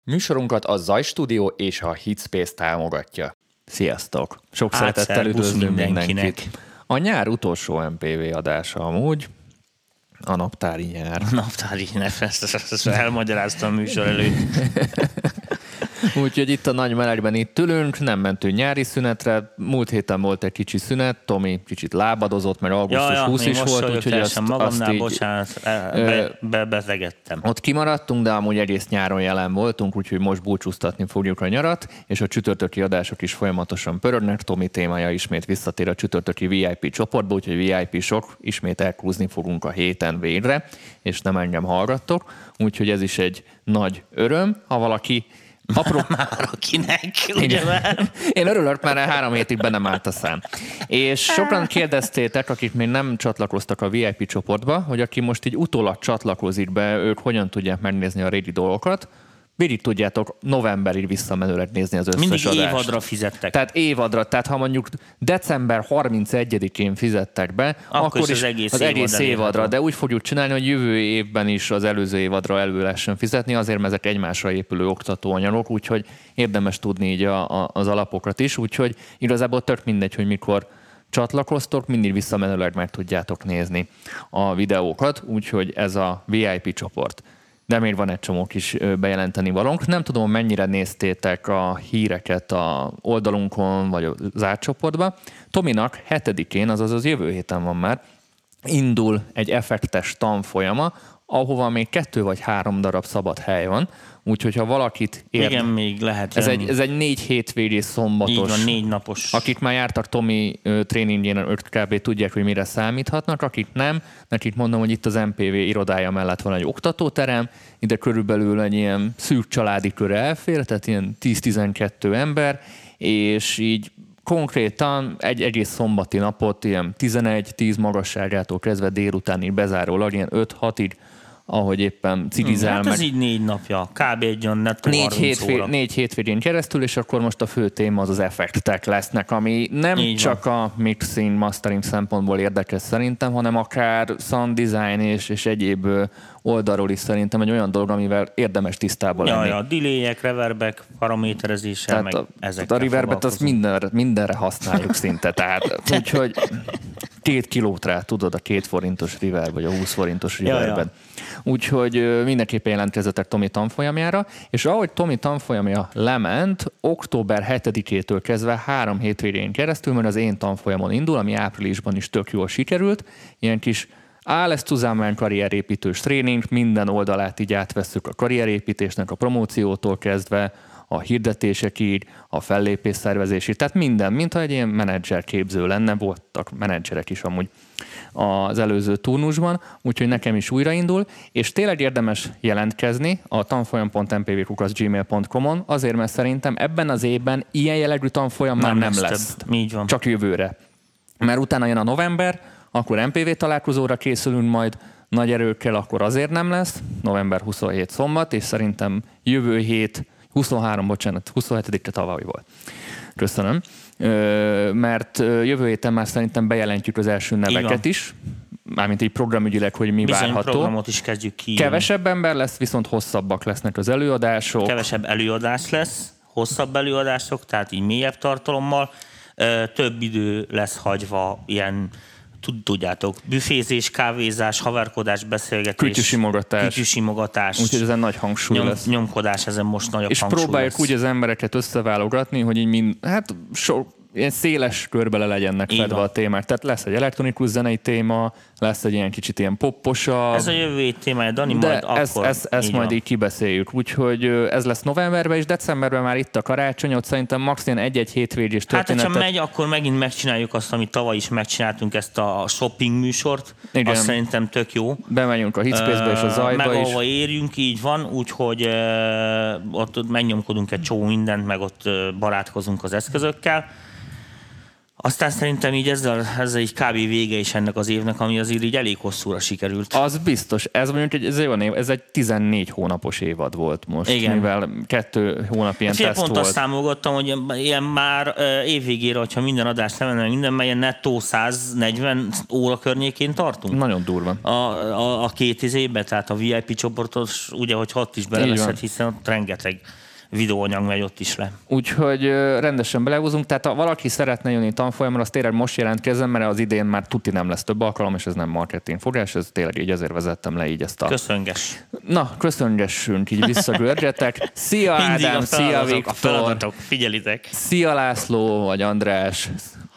Műsorunkat a Zaj Studio és a Hitspace támogatja. Sziasztok! Sok szeretettel üdvözlünk mindenkit. A nyár utolsó MPV adása amúgy, a naptári nyár. A naptári nyár, ezt elmagyaráztam a műsor előtt. Úgyhogy itt a nagy melegben itt ülünk, nem mentünk nyári szünetre. Múlt héten volt egy kicsi szünet, Tomi kicsit lábadozott, mert augusztus 20 is volt. Úgyhogy azt így, bocsánat, bevegettem. Ott kimaradtunk, de amúgy egész nyáron jelen voltunk, úgyhogy most búcsúztatni fogjuk a nyarat, és a csütörtöki adások is folyamatosan pörögnek. Tomi témája ismét visszatér a csütörtöki VIP csoportba, úgyhogy VIP-sok ismét elkrúzni fogunk a héten végre, és nem engem hallgattok. Úgyhogy ez is egy nagy öröm, ha valaki Már akinek, ugye már? Én örülök, mert 3 hétig be nem állt a szám. És sokan kérdeztétek, akik még nem csatlakoztak a VIP csoportba, hogy aki most így utólag csatlakozik be, ők hogyan tudják megnézni a régi dolgokat. Végig tudjátok novemberig visszamenőleg nézni az összes adást. Mindig évadra fizettek. Tehát évadra, tehát ha mondjuk december 31-én fizettek be, akkor is az egész évadra. De úgy fogjuk csinálni, hogy jövő évben is az előző évadra elő lehessen fizetni, azért mert ezek egymásra épülő oktatóanyagok, úgyhogy érdemes tudni így az alapokat is, úgyhogy igazából tök mindegy, hogy mikor csatlakoztok, mindig visszamenőleg meg tudjátok nézni a videókat, úgyhogy ez a VIP csoport. De még van egy csomó kis bejelenteni valónk. Nem tudom, mennyire néztétek a híreket a oldalunkon, vagy a zárt csoportban. Tominak 7-én, azaz az jövő héten van már, indul egy effektes tanfolyama, ahova még 2 vagy 3 darab szabad hely van. Úgyhogy ha valakit igen, még lehet ez egy 4 hétvégés szombatos. Így van, 4 napos. Akik már jártak Tomi tréningjén 5 kb. Tudják, hogy mire számíthatnak, akik nem, nekik mondom, hogy itt az MPV irodája mellett van egy oktatóterem, ide körülbelül egy ilyen szűk családi kör elfér, tehát ilyen 10-12 ember, és így konkrétan egy egész szombati napot, ilyen 11-10 magasságától kezdve délutánig bezárólag, ilyen 5-6-ig, ahogy éppen cigizál hát meg. Ez így 4 napja, kb. Egy olyan nettó 4 hétvégén keresztül, és akkor most a fő téma az effektek lesznek, ami nem így csak van. A mixing, mastering szempontból érdekes szerintem, hanem akár sound design és egyéb oldalról is szerintem egy olyan dolog, amivel érdemes tisztában lenni. Ja, diléjek, reverbek, paraméterezéssel, meg ezekkel a reverbet azt mindenre használjuk szinte, tehát úgyhogy 2 kilót rá tudod a 2 forintos reverb, vagy a 20 forintos reverbet. Úgyhogy mindenképpen jelentkezzetek Tomi tanfolyamjára, és ahogy Tomi tanfolyamja lement, október 7-től kezdve 3 hétvégén keresztül, mert az én tanfolyamon indul, ami áprilisban is tök jól sikerült, ilyen kis alles zusammen karrierépítős tréning, minden oldalát így átvesszük a karrierépítésnek, a promóciótól kezdve, a hirdetésekig, a fellépés szervezésig, tehát minden, mintha egy ilyen menedzser képző lenne, voltak menedzserek is amúgy az előző turnusban, úgyhogy nekem is újraindul, és tényleg érdemes jelentkezni a tanfolyam.mpv@gmail.com-on, azért, mert szerintem ebben az évben ilyen jellegű tanfolyam már nem lesz. Így van. Csak jövőre. Mert utána jön a november, akkor MPV találkozóra készülünk majd nagy erőkkel, akkor azért nem lesz, november 27 szombat, és szerintem jövő hét 27-e tavaly volt. Köszönöm. Mert jövő héten már szerintem bejelentjük az első neveket is, mármint így programügyileg, hogy mi bizony várható. Programot is kezdjük ki. Kevesebb ember lesz, viszont hosszabbak lesznek az előadások. Kevesebb előadás lesz, hosszabb előadások, tehát így mélyebb tartalommal. Több idő lesz hagyva ilyen, tudjátok, büfézés, kávézás, haverkodás, beszélgetés. Kütyűsimogatás. Úgyhogy ezen nagy hangsúly lesz. Nyomkodás, ezen most nagyobb és hangsúly próbáljuk lesz. úgy az embereket összeválogatni, hogy így ilyen széles körbe le legyenek fedve a témák. Tehát lesz egy elektronikus zenei téma, lesz egy ilyen kicsit ilyen popposabb. Ez a jövő hét témája, Dani, de majd akkor. Ezt majd így kibeszéljük. Úgyhogy ez lesz novemberben, és decemberben már itt a karácsony, ott szerintem max. Ilyen 1-1 hétvégés történetet. Hát, ha megy, akkor megint megcsináljuk azt, amit tavaly is megcsináltunk, ezt a shopping műsort. Igen. Azt szerintem tök jó. Bemegyünk a Hitspace-be és a Zajba meg is. ahova érjünk, így van, úgyhogy ott megnyomkodunk egy csomó mindent, meg ott barátkozunk az eszközökkel. Aztán szerintem így ezzel így kb. Vége is ennek az évnek, ami azért így elég hosszúra sikerült. Az biztos. Ez mondjuk ez egy 14 hónapos évad volt most, igen. Mivel 2 hónap ilyen teszt pont volt. Azt számolgattam, hogy ilyen már évvégére, hogyha minden adás nem lenne, minden melyen nettó 140 óra környékén tartunk. Nagyon durva. A 2 évben, tehát a VIP csoportos, ugye, hogy 6 is beleveszed, hiszen ott rengeteg videóanyag megy ott is le. Úgyhogy rendesen belehúzunk, tehát ha valaki szeretne jönni tanfolyamra, az tényleg most jelentkezzen, mert az idén már tuti nem lesz több alkalom, és ez nem marketing fogás, ez tényleg így ezért vezettem le így ezt a... Köszönges. Na, köszöngessünk, így visszagörgetek. Szia Ádám, szia Viktor, figyelitek. Szia László vagy András,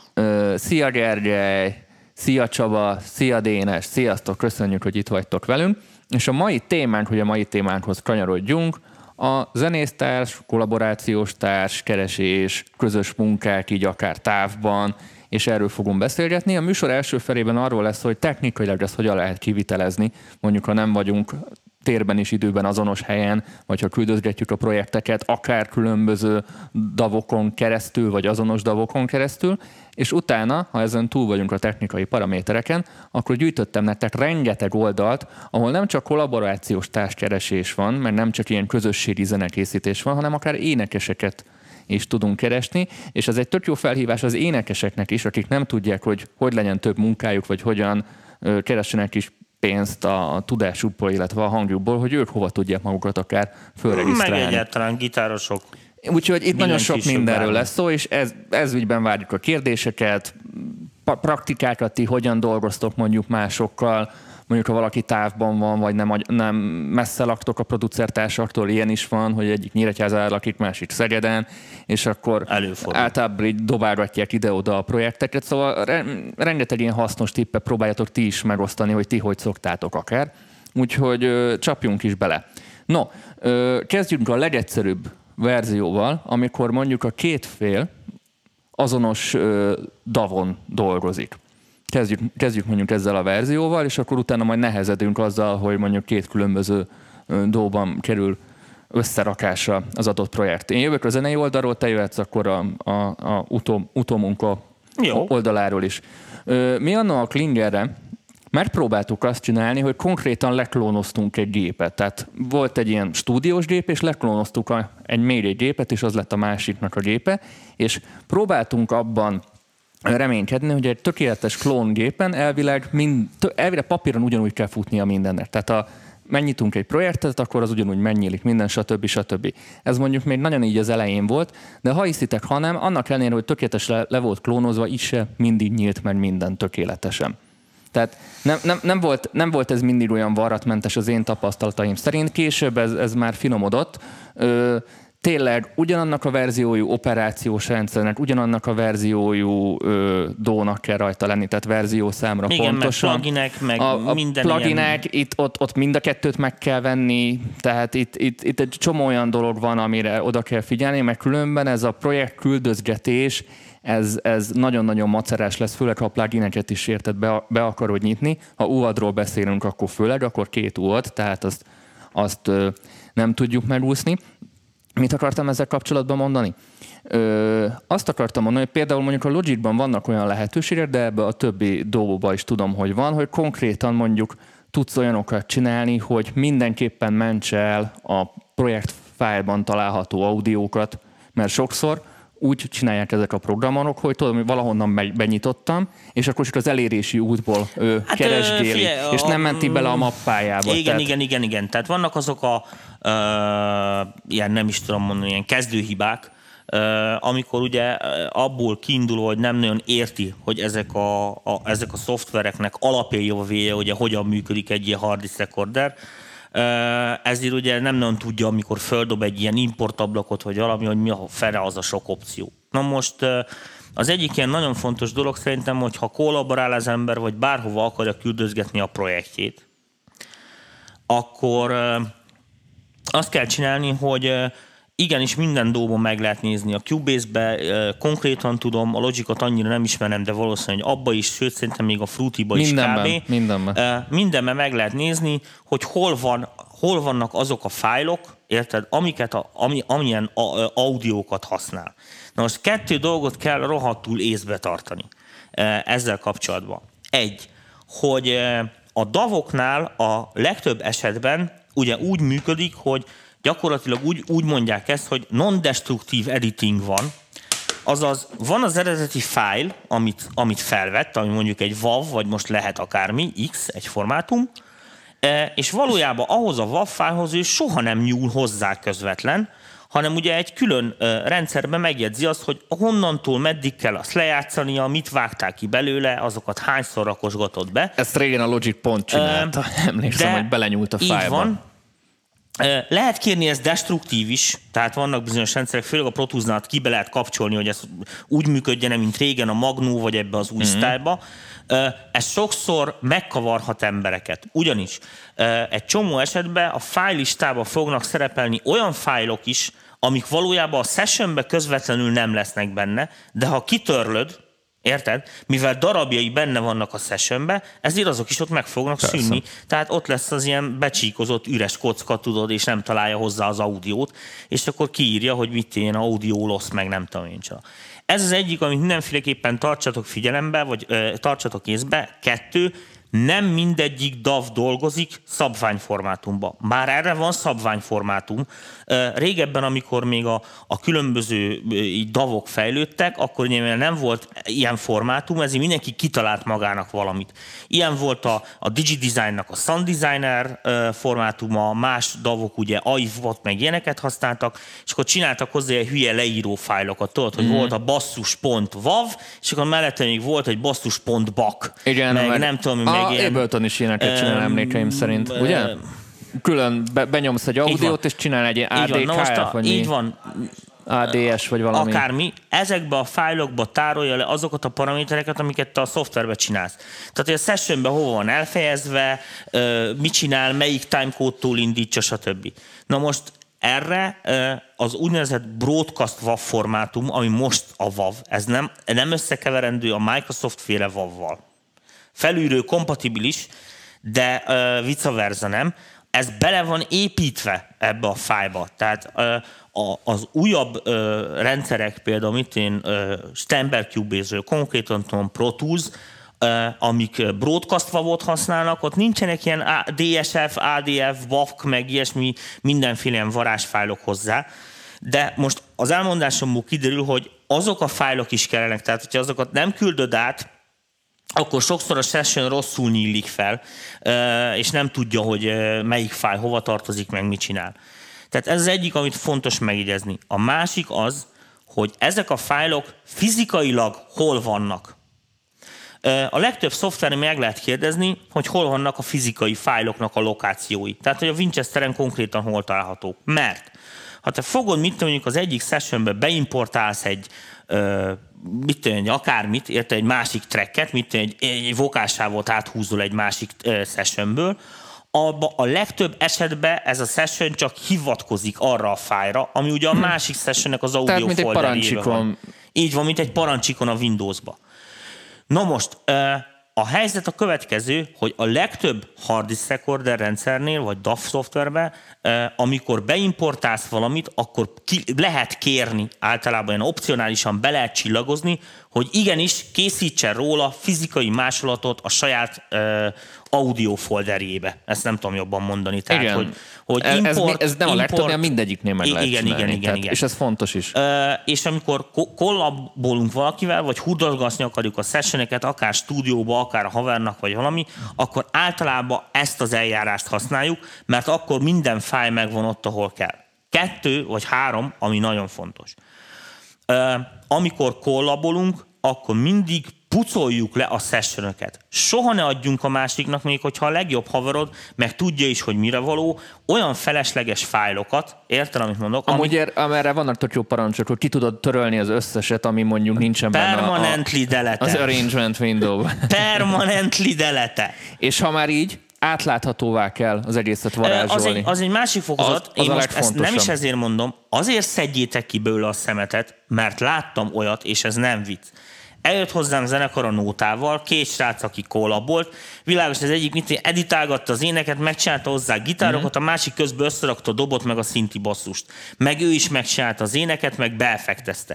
szia Gergely, szia Csaba, szia Dénes, sziasztok, köszönjük, hogy itt vagytok velünk. És a mai témánk, hogy a mai témánkhoz kanyarodjunk, a zenésztárs, kollaborációs társ, keresés, közös munkák, így akár távban, és erről fogunk beszélgetni. A műsor első felében arról lesz, hogy technikailag ezt hogyan lehet kivitelezni, mondjuk ha nem vagyunk térben és időben azonos helyen, vagy ha küldözgetjük a projekteket, akár különböző davokon keresztül, vagy azonos davokon keresztül, és utána, ha ezen túl vagyunk a technikai paramétereken, akkor gyűjtöttem nektek rengeteg oldalt, ahol nem csak kollaborációs társkeresés van, mert nem csak ilyen közösségi zenekészítés van, hanem akár énekeseket is tudunk keresni, és ez egy tök jó felhívás az énekeseknek is, akik nem tudják, hogy legyen több munkájuk, vagy hogyan keressenek is pénzt a tudásukból, illetve a hangjukból, hogy ők hova tudják magukat akár fölregisztrálni. Meg egyáltalán gitárosok. Úgyhogy itt nagyon sok mindenről lesz szó, és ez ügyben várjuk a kérdéseket, praktikákat, ti hogyan dolgoztok mondjuk másokkal, mondjuk ha valaki távban van, vagy nem messze laktok a producertársaktól, ilyen is van, hogy egyik Nyíregyházán lakik, másik Szegeden, és akkor általában így dobálgatják ide-oda a projekteket, szóval rengeteg ilyen hasznos tippet próbáljatok ti is megosztani, hogy ti hogy szoktátok akár. Úgyhogy csapjunk is bele. No, kezdjünk a legegyszerűbb verzióval, amikor mondjuk a két fél azonos davon dolgozik. Kezdjük mondjuk ezzel a verzióval, és akkor utána majd nehezedünk azzal, hogy mondjuk két különböző dóban kerül összerakásra az adott projekt. Én jövök a zenei oldalról, te jöhetsz akkor a utómunka oldaláról is. Mi annak a Klingerre megpróbáltuk azt csinálni, hogy konkrétan leklónoztunk egy gépet. Tehát volt egy ilyen stúdiós gép, és leklónoztuk egy mély gépet, és az lett a másiknak a gépe, és próbáltunk abban reménykedni, hogy egy tökéletes klóngépen elvileg papíron ugyanúgy kell futnia mindennek. Tehát megnyitunk egy projektet, akkor az ugyanúgy megnyílik minden, stb. Ez mondjuk még nagyon így az elején volt, de ha hiszitek, ha nem, annak ellenére, hogy tökéletes le volt klónozva, így se mindig nyílt meg minden tökéletesen. Tehát nem volt ez mindig olyan varratmentes az én tapasztalataim szerint, később ez már finomodott. Tényleg ugyanannak a verziójú operációs rendszernek, ugyanannak a verziójú dónak kell rajta lenni, tehát verziószámra pontosan. Meg pluginek, meg a minden pluginek, ott mind a kettőt meg kell venni, tehát itt egy csomó olyan dolog van, amire oda kell figyelni, mert különben ez a projekt küldözgetés, ez nagyon-nagyon macerás lesz, főleg ha a plugineket is érted be akarod nyitni. Ha UAD-ról beszélünk, akkor főleg, akkor 2 UAD, tehát azt nem tudjuk megúszni. Mit akartam ezzel kapcsolatban mondani? Azt akartam mondani, hogy például mondjuk a Logicban vannak olyan lehetőségek, de ebbe a többi dolgokban is tudom, hogy van, hogy konkrétan mondjuk tudsz olyanokat csinálni, hogy mindenképpen mentse el a projekt fájlban található audiókat, mert sokszor úgy csinálják ezek a programok, hogy tudom, hogy valahonnan benyitottam, és akkor csak az elérési útból keresgéli, és nem menti bele a mappájába. Igen. Tehát vannak azok ilyen nem is tudom mondani, ilyen kezdőhibák, amikor ugye abból kiindul, hogy nem nagyon érti, hogy ezek a szoftvereknek alapjaival ugye hogyan működik egy ilyen hard disk recorder, ezért ugye nem nagyon tudja, amikor földob egy ilyen importablakot, vagy valami, hogy mi a fele az a sok opció. Na most az egyik ilyen nagyon fontos dolog szerintem, hogy ha kollaborál az ember, vagy bárhova akarja küldözgetni a projektjét, akkor azt kell csinálni, hogy Igenis minden dolgban meg lehet nézni. A Cubase-be konkrétan tudom, a Logicot annyira nem ismerem, de valószínűleg abba is, sőt szerintem még a Fruity-ba is kb. Mindenben meg lehet nézni, hogy hol vannak azok a fájlok, érted, amilyen audiókat használ. Na most 2 dolgot kell rohadtul észbe tartani ezzel kapcsolatban. Egy, hogy a DAW-oknál a legtöbb esetben ugye úgy működik, hogy gyakorlatilag úgy mondják ezt, hogy non-destructive editing van, azaz van az eredeti fájl, amit felvett, ami mondjuk egy WAV, vagy most lehet akármi, X, egy formátum, és valójában ahhoz a WAV fájlhoz ő soha nem nyúl hozzá közvetlen, hanem ugye egy külön rendszerben megjegyzi azt, hogy honnantól meddig kell azt lejátszania, mit vágták ki belőle, azokat hányszor rakosgatott be. Ezt régen a Logic pont csinálta. Emlékszem, hogy belenyúlt a fájlba. Van. Lehet kérni ezt destruktív is, tehát vannak bizonyos rendszerek, főleg a Pro Tools-nál ki be lehet kapcsolni, hogy ez úgy működjene, mint régen a Magnum, vagy ebbe az új sztályba. Ez sokszor megkavarhat embereket. Ugyanis egy csomó esetben a fájlistában fognak szerepelni olyan fájlok is, amik valójában a sessionbe közvetlenül nem lesznek benne, de ha kitörlöd, érted? Mivel darabjai benne vannak a sessionbe, ezért azok is ott meg fognak szűnni. Tehát ott lesz az ilyen becsíkozott üres kocka, tudod, és nem találja hozzá az audiót, és akkor kiírja, hogy mit ilyen audio loss, meg nem tudom én csak. Ez az egyik, amit mindenféleképpen tartsatok figyelembe, vagy tartsatok észbe. 2, nem mindegyik DAW dolgozik szabványformátumban. Már erre van szabványformátum. Régebben, amikor még a különböző DAW-ok fejlődtek, akkor nem volt ilyen formátum, ezért mindenki kitalált magának valamit. Ilyen volt a DigiDesign-nak a Sound Designer formátuma, más DAW-ok ugye AIF-ot meg ilyeneket használtak, és akkor csináltak hozzá egy hülye leíró fájlokat. Tudod, hogy volt a basszus.wav, és akkor mellette még volt egy basszus.bak. Igen, meg nem tudom, Ableton is ilyeneket csinál emlékeim szerint, ugye? Külön benyomsz egy audiót, és csinál egy ADK-t, vagy így van. ADS, vagy valami. Akármi, ezekbe a fájlokba tárolja le azokat a paramétereket, amiket te a szoftverbe csinálsz. Tehát, hogy a sessionben hova van elfejezve, mit csinál, melyik timecode-tól indítsa, stb. Na most erre az úgynevezett broadcast WAV formátum, ami most a WAV, ez nem összekeverendő a Microsoft-féle WAV-val. Felülről kompatibilis, de vice versa nem. Ez bele van építve ebbe a fájba. Tehát az újabb rendszerek, például mint én Steinberg Cubase-ről, konkrétan tudom Pro Tools, amik broadcast WAV-ot használnak, ott nincsenek ilyen DSF, ADF, WAV, meg ilyesmi mindenféle ilyen varázsfájlok hozzá. De most az elmondásomból kiderül, hogy azok a fájlok is kellenek, tehát hogyha azokat nem küldöd át, akkor sokszor a session rosszul nyílik fel, és nem tudja, hogy melyik fájl hova tartozik, meg mit csinál. Tehát ez az egyik, amit fontos megjegyezni. A másik az, hogy ezek a fájlok fizikailag hol vannak. A legtöbb szoftveren meg lehet kérdezni, hogy hol vannak a fizikai fájloknak a lokációi. Tehát, hogy a Winchesteren konkrétan hol található. Mert ha te fogod, mit mondjuk az egyik sessionbe beimportálsz egy akármit, érte egy másik tracket, egy vokálsávot áthúzol egy másik sessionből, a legtöbb esetben ez a session csak hivatkozik arra a fájlra, ami ugye a másik sessionnek az audio folderjében van. Így van, mint egy parancsikon a Windowsba. Na most, a helyzet a következő, hogy a legtöbb hard disk recorder rendszernél, vagy DAW szoftverben, amikor beimportálsz valamit, akkor lehet kérni, általában ilyen opcionálisan be lehet csillagozni, hogy igenis készítsen róla fizikai másolatot a saját audio folderjébe. Ezt nem tudom jobban mondani. Tehát, igen. Hogy ez nem a legtöbb, mindegyiknél meg lehet csinálni. Igen. És ez fontos is. És amikor kollabolunk valakivel, vagy hurdogatni akarjuk a sessioneket, akár stúdióba, akár a havernak, vagy valami, akkor általában ezt az eljárást használjuk, mert akkor minden fájl megvan ott, ahol kell. 2 vagy 3, ami nagyon fontos. Amikor kollabolunk, akkor mindig pucoljuk le a sessionöket. Soha ne adjunk a másiknak, még hogyha a legjobb haverod, meg tudja is, hogy mire való, olyan felesleges fájlokat, érted, amit mondok? Amúgy erre vannak tök jó parancsok, hogy ki tudod törölni az összeset, ami mondjuk nincsen benne delete. Az arrangement window. Permanently delete. És ha már így, átláthatóvá kell az egészet varázsolni. Az egy másik fokozat. Az Én most ezt nem is ezért mondom, azért szedjétek ki belőle a szemetet, mert láttam olyat, és ez nem vicc. Eljött hozzám zenekar a nótával, 2 srác, aki kollabolt, világos, az egyik editálgatta az éneket, megcsinálta hozzá gitárokat, a másik közben összerakta a dobot, meg a szinti basszust. Meg ő is megcsinálta az éneket, meg beeffektezte.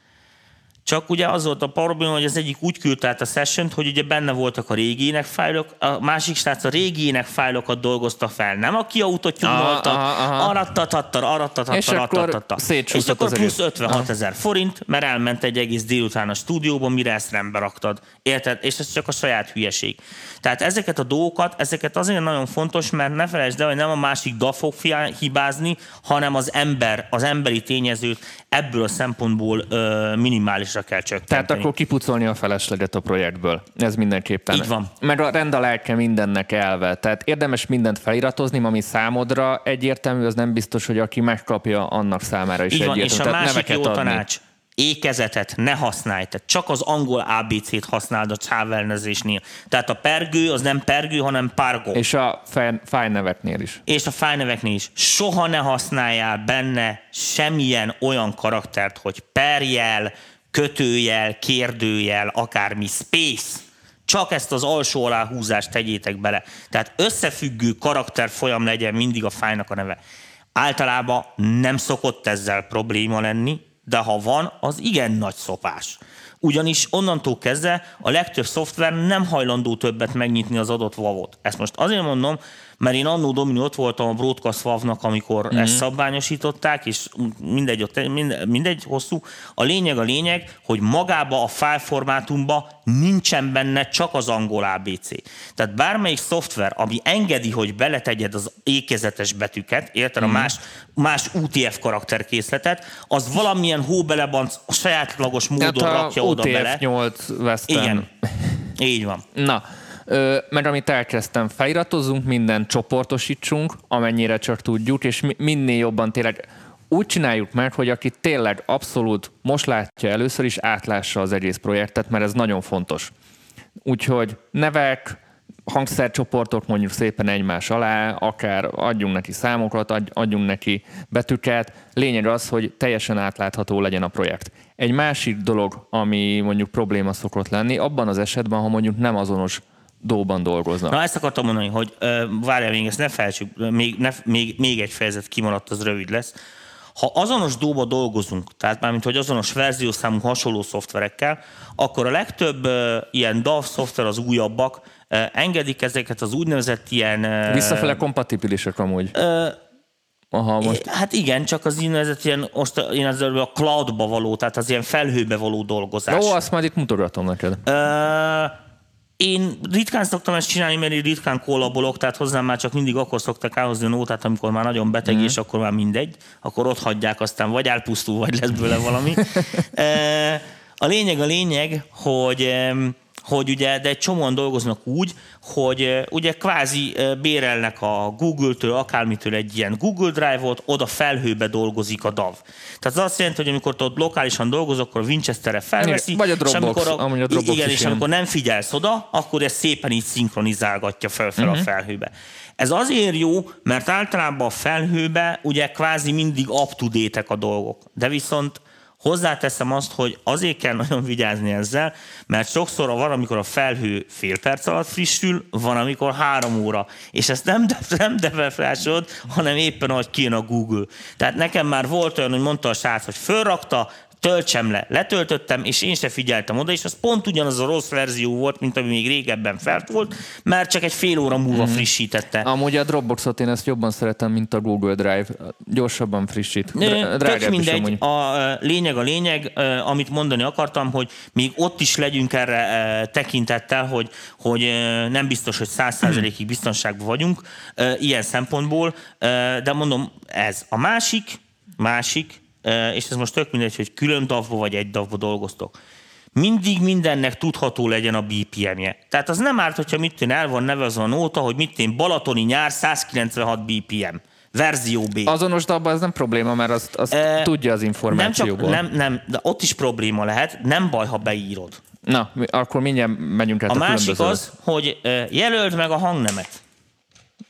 Csak ugye az volt a probléma, hogy az egyik úgy küldte át a sessiont, hogy ugye benne voltak a régi énekfájlok, a másik srác a régi énekfájlokat dolgozta fel, nem a kiautot nyomolta, arattatattar, és akkor plusz 56 000 forint, mert elment egy egész délután a stúdióba, mire ezt rendbe raktad. Érted? És ez csak a saját hülyeség. Tehát ezeket a dolgokat, ezeket azért nagyon fontos, mert ne felejtsd el, hogy nem a másik dal fog hibázni, hanem az emberi tényezőt ebből a szempontból minimálisra kell csökkenteni. Tehát akkor kipucolni a felesleget a projektből. Ez mindenképpen. Így van. Meg a rend a lelke mindennek elve. Tehát érdemes mindent feliratozni, ami számodra egyértelmű, az nem biztos, hogy aki megkapja, annak számára is így egyértelmű. Van, és a másik jó tanács, ékezetet ne használj, tehát csak az angol ABC-t használd a sávelnezésnél. Tehát a pergő az nem pergő, hanem pargo. És a fájneveknél is. És a fájneveknél is. Soha ne használjál benne semmilyen olyan karaktert, hogy perjel, kötőjel, kérdőjel, akármi, space. Csak ezt az alsó aláhúzást tegyétek bele. Tehát összefüggő karakterfolyam legyen mindig a fájnak a neve. Általában nem szokott ezzel probléma lenni, de ha van, az igen nagy szopás. Ugyanis onnantól kezdve a legtöbb szoftver nem hajlandó többet megnyitni az adott WAV-ot. Ezt most azért mondom, mert én annó Domini ott voltam a Broadcast WAV-nak, amikor ezt szabványosították, és mindegy hosszú. A lényeg, hogy magába a fájlformátumba nincsen benne csak az angol ABC. Tehát bármelyik szoftver, ami engedi, hogy beletegyed az ékezetes betűket, érted, a más UTF karakterkészletet, az valamilyen hóbelebanc a sajátlagos módon rakja oda bele. UTF-8 Western. Igen, így van. Na, mert amit elkezdtem, feliratozzunk, mindent csoportosítsunk, amennyire csak tudjuk, és minél jobban tényleg úgy csináljuk meg, hogy aki tényleg abszolút most látja először is, átlássa az egész projektet, mert ez nagyon fontos. Úgyhogy nevek, hangszercsoportok mondjuk szépen egymás alá, akár adjunk neki számokat, adjunk neki betűket. Lényeg az, hogy teljesen átlátható legyen a projekt. Egy másik dolog, ami mondjuk probléma szokott lenni, abban az esetben, ha mondjuk nem azonos dóban dolgoznak. Na ezt akartam mondani, hogy várjál még, ezt ne felejtsük, még egy fejezet kimaradt, az rövid lesz. Ha azonos dóba dolgozunk, tehát mármint, hogy azonos verziószámú hasonló szoftverekkel, akkor a legtöbb ilyen DAW szoftver, az újabbak, engedik ezeket az úgynevezett ilyen... Visszafele kompatibilisek amúgy. Aha, most. Hát igen, csak az úgynevezett ilyen a cloudba való, tehát az ilyen felhőbe való dolgozás. Jó, azt majd itt mutogatom neked. Én ritkán szoktam ezt csinálni, mert én ritkán kollabolok, tehát hozzám már csak mindig akkor szoktak elhozni a nótát, amikor már nagyon beteg, és akkor már mindegy. Akkor ott hagyják, aztán vagy elpusztul, vagy lesz bőle valami. A lényeg, hogy ugye, de egy csomóan dolgoznak úgy, hogy ugye kvázi bérelnek a Google-től, akármitől egy ilyen Google Drive-ot, oda felhőbe dolgozik a DAW. Tehát az azt jelenti, hogy amikor ott lokálisan dolgozok, akkor a Winchesterre felveszi, vagy a Dropbox, és amikor nem figyelsz oda, akkor ez szépen így szinkronizálgatja fel a felhőbe. Ez azért jó, mert általában a felhőbe ugye kvázi mindig up-to-date-ek a dolgok. De viszont hozzáteszem azt, hogy azért kell nagyon vigyázni ezzel, mert sokszor van, amikor a felhő fél perc alatt frissül, van, amikor 3 óra. És ezt nem defrásod, hanem éppen, ahogy kijön a Google. Tehát nekem már volt olyan, hogy mondta a srác, hogy fölrakta, töltsem le. Letöltöttem, és én se figyeltem oda, és az pont ugyanaz a rossz verzió volt, mint ami még régebben felt volt, mert csak egy fél óra múlva frissítette. Amúgy a Dropboxot én ezt jobban szeretem, mint a Google Drive. Gyorsabban frissít. Tök mindegy. A lényeg, amit mondani akartam, hogy még ott is legyünk erre tekintettel, hogy nem biztos, hogy 100%-ig biztonságban vagyunk ilyen szempontból, de mondom, ez a másik, és ez most tök mindegy, hogy külön DAW-ba vagy egy DAW-ba dolgoztok. Mindig mindennek tudható legyen a BPM-je. Tehát az nem árt, hogyha el van nevezve a nóta, hogy balatoni nyár 196 BPM. Verzió B. Azonos DAW-ban ez nem probléma, mert azt tudja az információból. Nem, de ott is probléma lehet, nem baj, ha beírod. Na, akkor mindjárt megyünk át a másik az, hogy jelöld meg a hangnemet.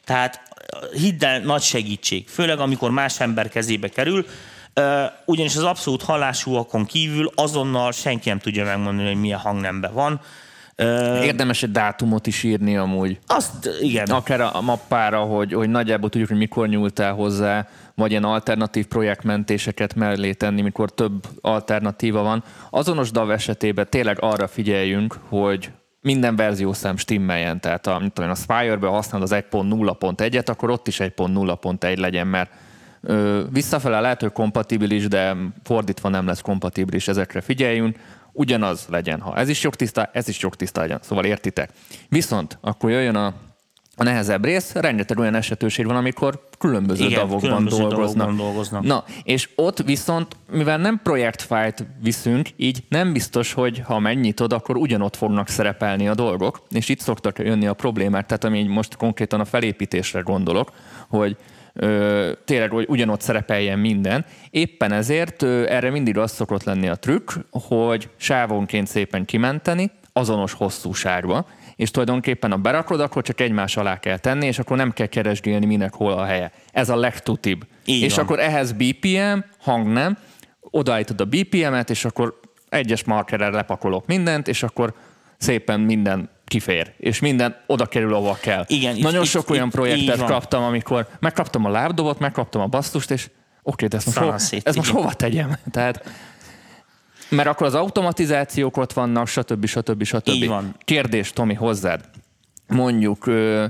Tehát hidd el, nagy segítség, főleg amikor más ember kezébe kerül, ugyanis az abszolút hallásúakon kívül azonnal senki nem tudja megmondani, hogy milyen hangnemben van. Érdemes egy dátumot is írni amúgy. Azt, igen. Akár a mappára, hogy nagyjából tudjuk, hogy mikor nyúltál hozzá, vagy ilyen alternatív projektmentéseket mellé tenni, mikor több alternatíva van. Azonos DAV esetében tényleg arra figyeljünk, hogy minden verziószám stimmeljen. Tehát a Spire-ben használod az 1.0.1-et, akkor ott is 1.0.1 legyen, mert visszafele lehet, hogy kompatibilis, de fordítva nem lesz kompatibilis, ezekre figyeljünk. Ugyanaz legyen, ha ez is jogtiszta legyen. Szóval értitek. Viszont akkor jöjjön a nehezebb rész, rengeteg olyan esetőség van, amikor különböző davokban dolgoznak. Na, és ott viszont, mivel nem projektfájlt viszünk, így nem biztos, hogy ha megnyitod, akkor ugyanott fognak szerepelni a dolgok, és itt szoktak jönni a problémák, tehát ami most konkrétan a felépítésre gondolok, hogy tényleg, hogy ugyanott szerepeljen minden. Éppen ezért erre mindig az szokott lenni a trükk, hogy sávonként szépen kimenteni, azonos hosszúságba, és tulajdonképpen ha berakod, akkor csak egymás alá kell tenni, és akkor nem kell keresgélni, minek hol a helye. Ez a legtutibb. És akkor ehhez BPM, hang nem, odaállítod a BPM-et, és akkor egyes markerrel lepakolok mindent, és akkor szépen minden kifér, és minden oda kerül, ahova kell. Igen, nagyon sok olyan projektet kaptam, amikor megkaptam a lábdobot, megkaptam a basszust, és oké, de ezt most hova tegyem? Tehát, mert akkor az automatizációk ott vannak, stb. Így van. Kérdés, Tomi, hozzád. Mondjuk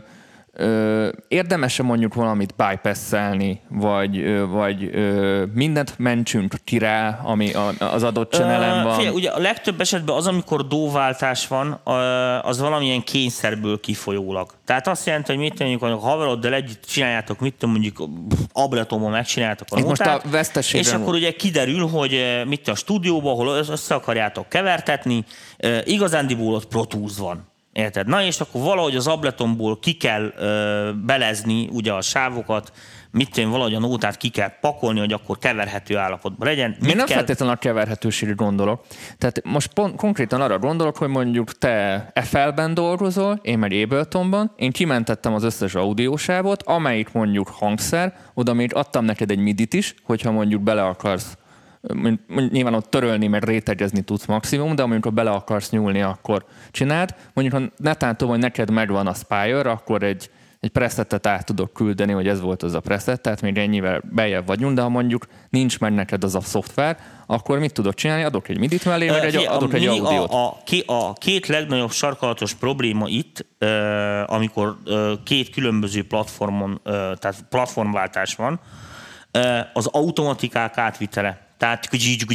érdemes-e mondjuk valamit bypass-elni, vagy mindent mentsünk ki rá, ami az adott channelen van? Figyelj, ugye a legtöbb esetben az, amikor dóváltás van, az valamilyen kényszerből kifolyólag. Tehát azt jelenti, hogy mit mondjuk, a haveroddal együtt csináljátok, mit tudom, mondjuk Abletonban megcsináljátok a nótát, és akkor ugye kiderül, hogy mit a stúdióban, ahol össze akarjátok kevertetni, igazándiból ott Pro Tools van. Érted? Na és akkor valahogy az Abletonból ki kell belezni ugye a sávokat, valahogy a nótát ki kell pakolni, hogy akkor keverhető állapotban legyen. Én nem feltétlenül a keverhetőségre gondolok. Tehát most konkrétan arra gondolok, hogy mondjuk te FL-ben dolgozol, én meg Abletonban, én kimentettem az összes audiósávot, amelyik mondjuk hangszer, oda még adtam neked egy midit is, hogyha mondjuk bele akarsz nyilván ott törölni, meg rétegezni tudsz maximum, de amikor bele akarsz nyúlni, akkor csináld. Mondjuk, ha netán tudom, hogy neked megvan a Spire, akkor egy presetet át tudok küldeni, hogy ez volt az a preset, tehát még ennyivel beljebb vagyunk, de ha mondjuk nincs meg neked az a szoftver, akkor mit tudok csinálni? Adok egy midit mellé, meg adok egy audiót. A két legnagyobb sarkalatos probléma itt, amikor két különböző platformon, tehát platformváltás van, az automatikák átvitele. Tehát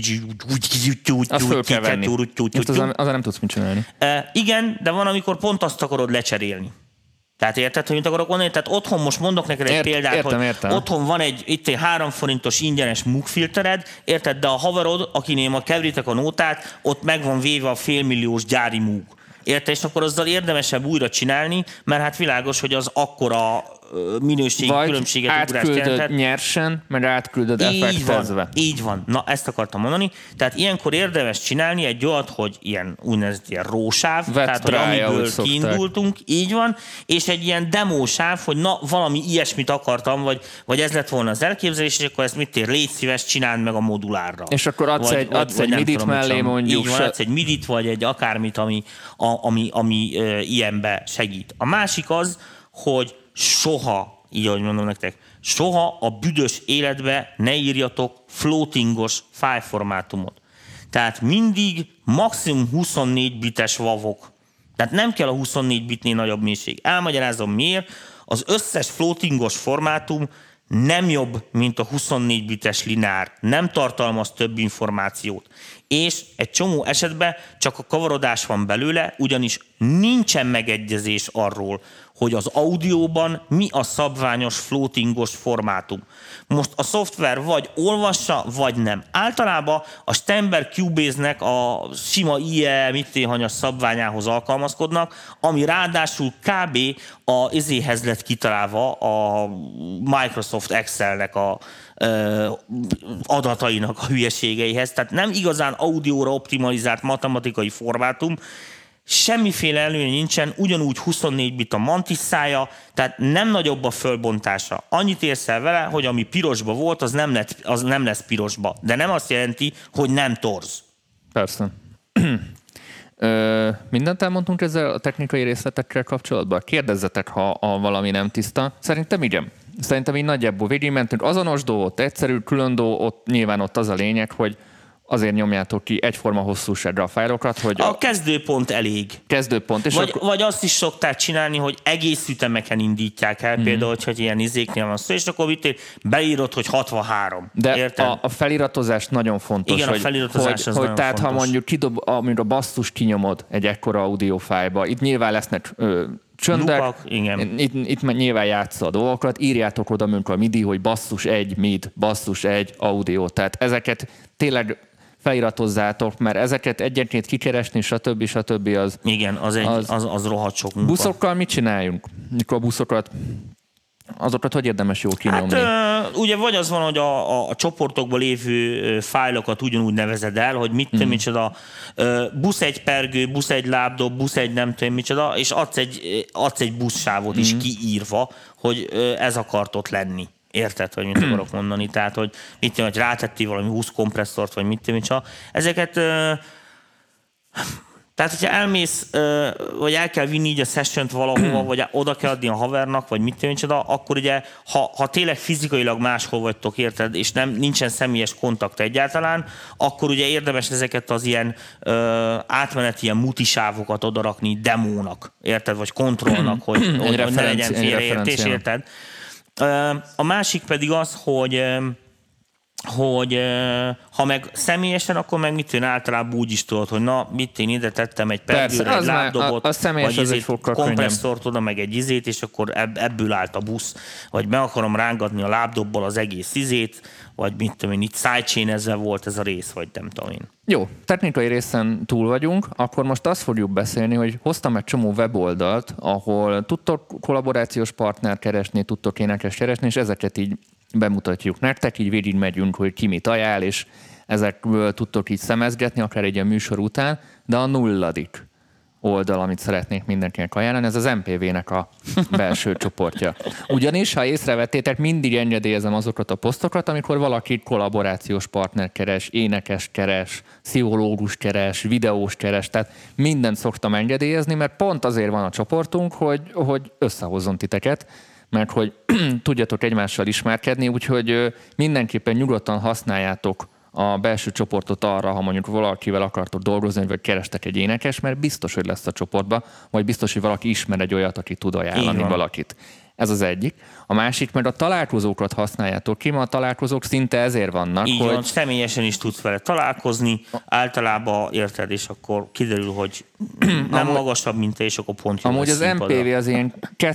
azt föl kell venni. Azzal nem tudsz mit csinálni. Igen, de van, amikor pont azt akarod lecserélni. Tehát érted, hogy mit akarok mondani? Tehát otthon most mondok neked egy példát, értem. Otthon van egy 3 forintos ingyenes Moog filtered, érted, de a haverod, akinél ma keveritek a nótát, ott meg van véve a félmilliós gyári Moog. Érted? És akkor azzal érdemesebb újra csinálni, mert hát világos, hogy az akkora minőségi különbséget ugrást jelentett. Vagy nyersen, meg átküldöd effektezve. Így van. Na, ezt akartam mondani. Tehát ilyenkor érdemes csinálni egy olyat, hogy ilyen úgynevezett ilyen rósáv, tehát hogy amiből kiindultunk, így van, és egy ilyen demósáv, hogy na, valami ilyesmit akartam, vagy ez lett volna az elképzelés, és akkor ezt légy szíves, csináld meg a modulárra. És akkor adsz egy midit mellé mondjuk. Így van, adsz egy midit, vagy egy akármit, ami ilyenbe segít. A másik az, hogy soha, így ahogy mondom nektek, soha a büdös életbe ne írjatok floatingos fájlformátumot. Tehát mindig maximum 24 bites vavok. Tehát nem kell a 24 bitnél nagyobb mélység. Elmagyarázom miért. Az összes floatingos formátum nem jobb, mint a 24 bites lineár. Nem tartalmaz több információt. És egy csomó esetben csak a kavarodás van belőle, ugyanis nincsen megegyezés arról, hogy az audióban mi a szabványos floatingos formátum. Most a szoftver vagy olvassa, vagy nem. Általában a Steinberg Cubase-nek a sima IE hanyas szabványához alkalmazkodnak, ami ráadásul kb. Ezéhez lett kitalálva a Microsoft Excelnek a adatainak a hülyeségeihez. Tehát nem igazán audióra optimalizált matematikai formátum, semmiféle előnye nincsen, ugyanúgy 24 bit a mantisszája, tehát nem nagyobb a fölbontása. Annyit érsz el vele, hogy ami pirosba volt, az nem lesz pirosba. De nem azt jelenti, hogy nem torz. Persze. Mindent elmondtunk ezzel a technikai részletekkel kapcsolatban? Kérdezzetek, ha valami nem tiszta. Szerintem igen. Szerintem így nagyjából végigmentünk. Azonos dolog, ott egyszerű, külön dolog, ott nyilván ott az a lényeg, hogy azért nyomjátok ki egyforma hosszúságra a fájlokat, hogy... A kezdőpont elég. Kezdőpont. És vagy azt is szokták csinálni, hogy egész ütemeken indítják el, például, hogy ilyen izéknél van szó, és akkor beírod, hogy 63. De érted? A feliratozás nagyon fontos. Igen, a feliratozás az nagyon tehát, fontos. ha mondjuk a basszust kinyomod egy ekkora audiófájlba, itt nyilván lesznek csöndek, Lupak, igen. Itt nyilván játsza a dolgokat, írjátok oda, mint a MIDI, hogy basszus 1 mid, basszus 1 audio. Tehát ezeket tényleg feliratozzátok, mert ezeket egyenként kikeresni, stb. Az... Igen, az rohadt sok munka. Buszokkal mit csináljunk? Mikor a buszokat, azokat hogy érdemes jól kinyomni? Hát, ugye vagy az van, hogy a csoportokban lévő fájlokat ugyanúgy nevezed el, hogy mit tudom micsoda, busz egy pergő, busz egy lábdob, busz egy nem tudom micsoda, és adsz egy buszsávot is kiírva, hogy ez akart ott lenni. Érted, hogy mit akarok mondani? Tehát, hogy mit tudom, hogy rátettél valami 20 kompresszort, vagy mit tudom, ezeket... Tehát, hogyha elmész, vagy el kell vinni így a sessiont valahova, vagy oda kell adni a havernak, vagy mit tudom, akkor ugye, ha tényleg fizikailag máshol vagytok, érted, és nincsen személyes kontakt egyáltalán, akkor ugye érdemes ezeket az ilyen átmeneti ilyen mutisávokat odarakni demónak, érted, vagy kontrollnak, hogy ne legyen félreértés, érted? A másik pedig az, hogy ha meg személyesen, akkor meg mit én általában úgy is tudod, hogy na, mit én ide tettem egy pergőre, egy lábdobot, vagy egy kompresszort oda, meg egy izét, és akkor ebből állt a busz, vagy meg akarom rángatni a lábdobból az egész izét, vagy mit tudom én, itt sidechain-ezzel volt ez a rész, vagy nem tudom én. Jó, technikai részen túl vagyunk, akkor most azt fogjuk beszélni, hogy hoztam egy csomó weboldalt, ahol tudtok kollaborációs partner keresni, tudtok énekes keresni, és ezeket így bemutatjuk nektek, így végigmegyünk, hogy ki mit ajánl, és ezekből tudtok így szemezgetni, akár egy ilyen műsor után, de a 0. oldal, amit szeretnék mindenkinek ajánlani, ez az MPV-nek a belső csoportja. Ugyanis, ha észrevettétek, mindig engedélyezem azokat a posztokat, amikor valaki kollaborációs partner keres, énekes keres, pszichológus keres, videós keres, tehát mindent szoktam engedélyezni, mert pont azért van a csoportunk, hogy összehozzon titeket, mert hogy tudjatok egymással ismerkedni, úgyhogy mindenképpen nyugodtan használjátok a belső csoportot arra, ha mondjuk valakivel akartok dolgozni, vagy kerestek egy énekes, mert biztos, hogy lesz a csoportba, vagy biztos, hogy valaki ismer egy olyat, aki tud ajánlani valakit. Ez az egyik. A másik, mert a találkozókat használjátok ki, mert a találkozók szinte ezért vannak. Így van, személyesen is tudsz vele találkozni, általában érted, és akkor kiderül, hogy nem magasabb, mint te, és akkor pont jó. Amúgy az MPV az ilyen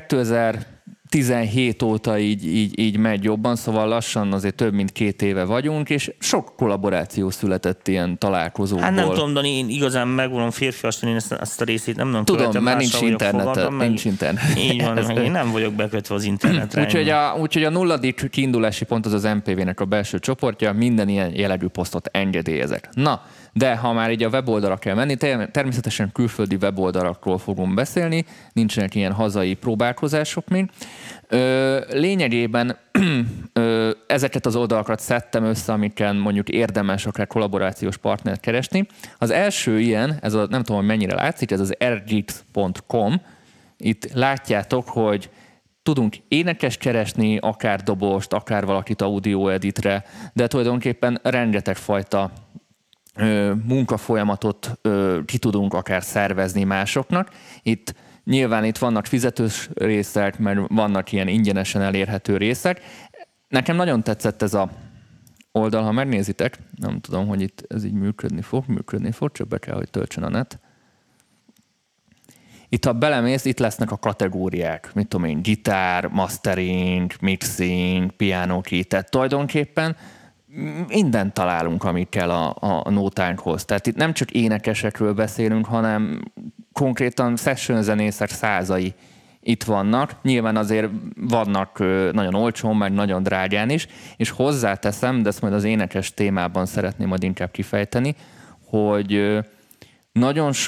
2017 óta így megy jobban, szóval lassan azért több mint 2 éve vagyunk, és sok kollaboráció született ilyen találkozókból. Hát nem tudom, de én igazán megvonom férfiasan, én ezt a részét nem tudom, mert nincs internet. Így van, én nem vagyok bekötve az internetre. Úgyhogy a 0. kiindulási pont az MPV-nek a belső csoportja, minden ilyen jellegű posztot engedélyezek. Na, de ha már így a weboldalra kell menni, természetesen külföldi weboldalakról fogunk beszélni, nincsenek ilyen hazai próbálkozások még. Lényegében ezeket az oldalakat szedtem össze, amiken mondjuk érdemes akár kollaborációs partnert keresni. Az első ilyen, nem tudom, hogy mennyire látszik, ez az rgix.com. Itt látjátok, hogy tudunk énekes keresni, akár dobost, akár valakit audio editre, de tulajdonképpen rengeteg fajta munkafolyamatot ki tudunk akár szervezni másoknak. Nyilván itt vannak fizetős részek, mert vannak ilyen ingyenesen elérhető részek. Nekem nagyon tetszett ez a oldal, ha megnézitek, nem tudom, hogy itt ez így működni fog, csak be kell, hogy töltsön a net. Itt, ha belemész, itt lesznek a kategóriák, mit tudom én, gitár, mastering, mixing, piano key, tehát tulajdonképpen mindent találunk, ami kell a nótánkhoz. Tehát itt nem csak énekesekről beszélünk, hanem konkrétan session zenészek százai itt vannak. Nyilván azért vannak nagyon olcsón, meg nagyon drágán is, és hozzáteszem, de ezt majd az énekes témában szeretném majd inkább kifejteni, hogy nagyon sok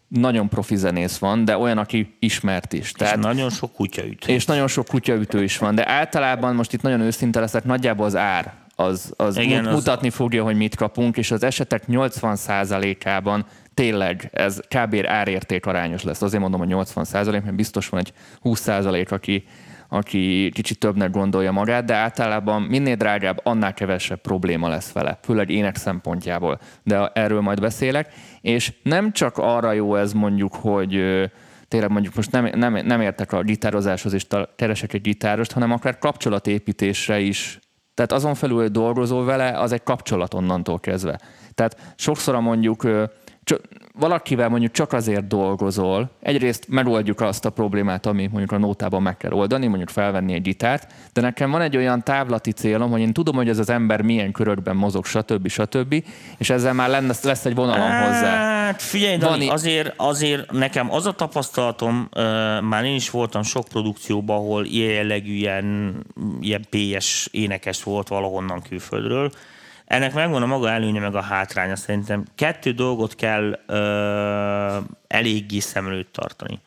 nagyon profi zenész van, de olyan, aki ismert is. Tehát, és nagyon sok kutyaütő. És nagyon sok kutyaütő is van, de általában most itt nagyon őszinte leszek, nagyjából az ár az mutatni fogja, hogy mit kapunk, és az esetek 80%-ában tényleg ez kb. Árérték arányos lesz. Azért mondom, hogy 80%, mert biztos van egy 20%, aki kicsit többnek gondolja magát, de általában minél drágább, annál kevesebb probléma lesz vele, főleg ének szempontjából. De erről majd beszélek. És nem csak arra jó ez mondjuk, hogy tényleg mondjuk most nem értek a gitározáshoz, és keresek egy gitárost, hanem akár kapcsolatépítésre is. Tehát azon felül, hogy dolgozol vele, az egy kapcsolat onnantól kezdve. Tehát sokszor mondjuk valakivel mondjuk csak azért dolgozol, egyrészt megoldjuk azt a problémát, ami mondjuk a nótában meg kell oldani, mondjuk felvenni egy gitárt, de nekem van egy olyan távlati célom, hogy én tudom, hogy ez az ember milyen körökben mozog, stb. És ezzel már lesz egy vonalam hozzá. Hát figyelj, Dani, azért nekem az a tapasztalatom, már én is voltam sok produkcióban, ahol ilyen jellegű, ilyen PS énekes volt valahonnan külföldről. Ennek megvan a maga előnye, meg a hátránya. Szerintem 2 dolgot kell eléggé szem előtt tartani,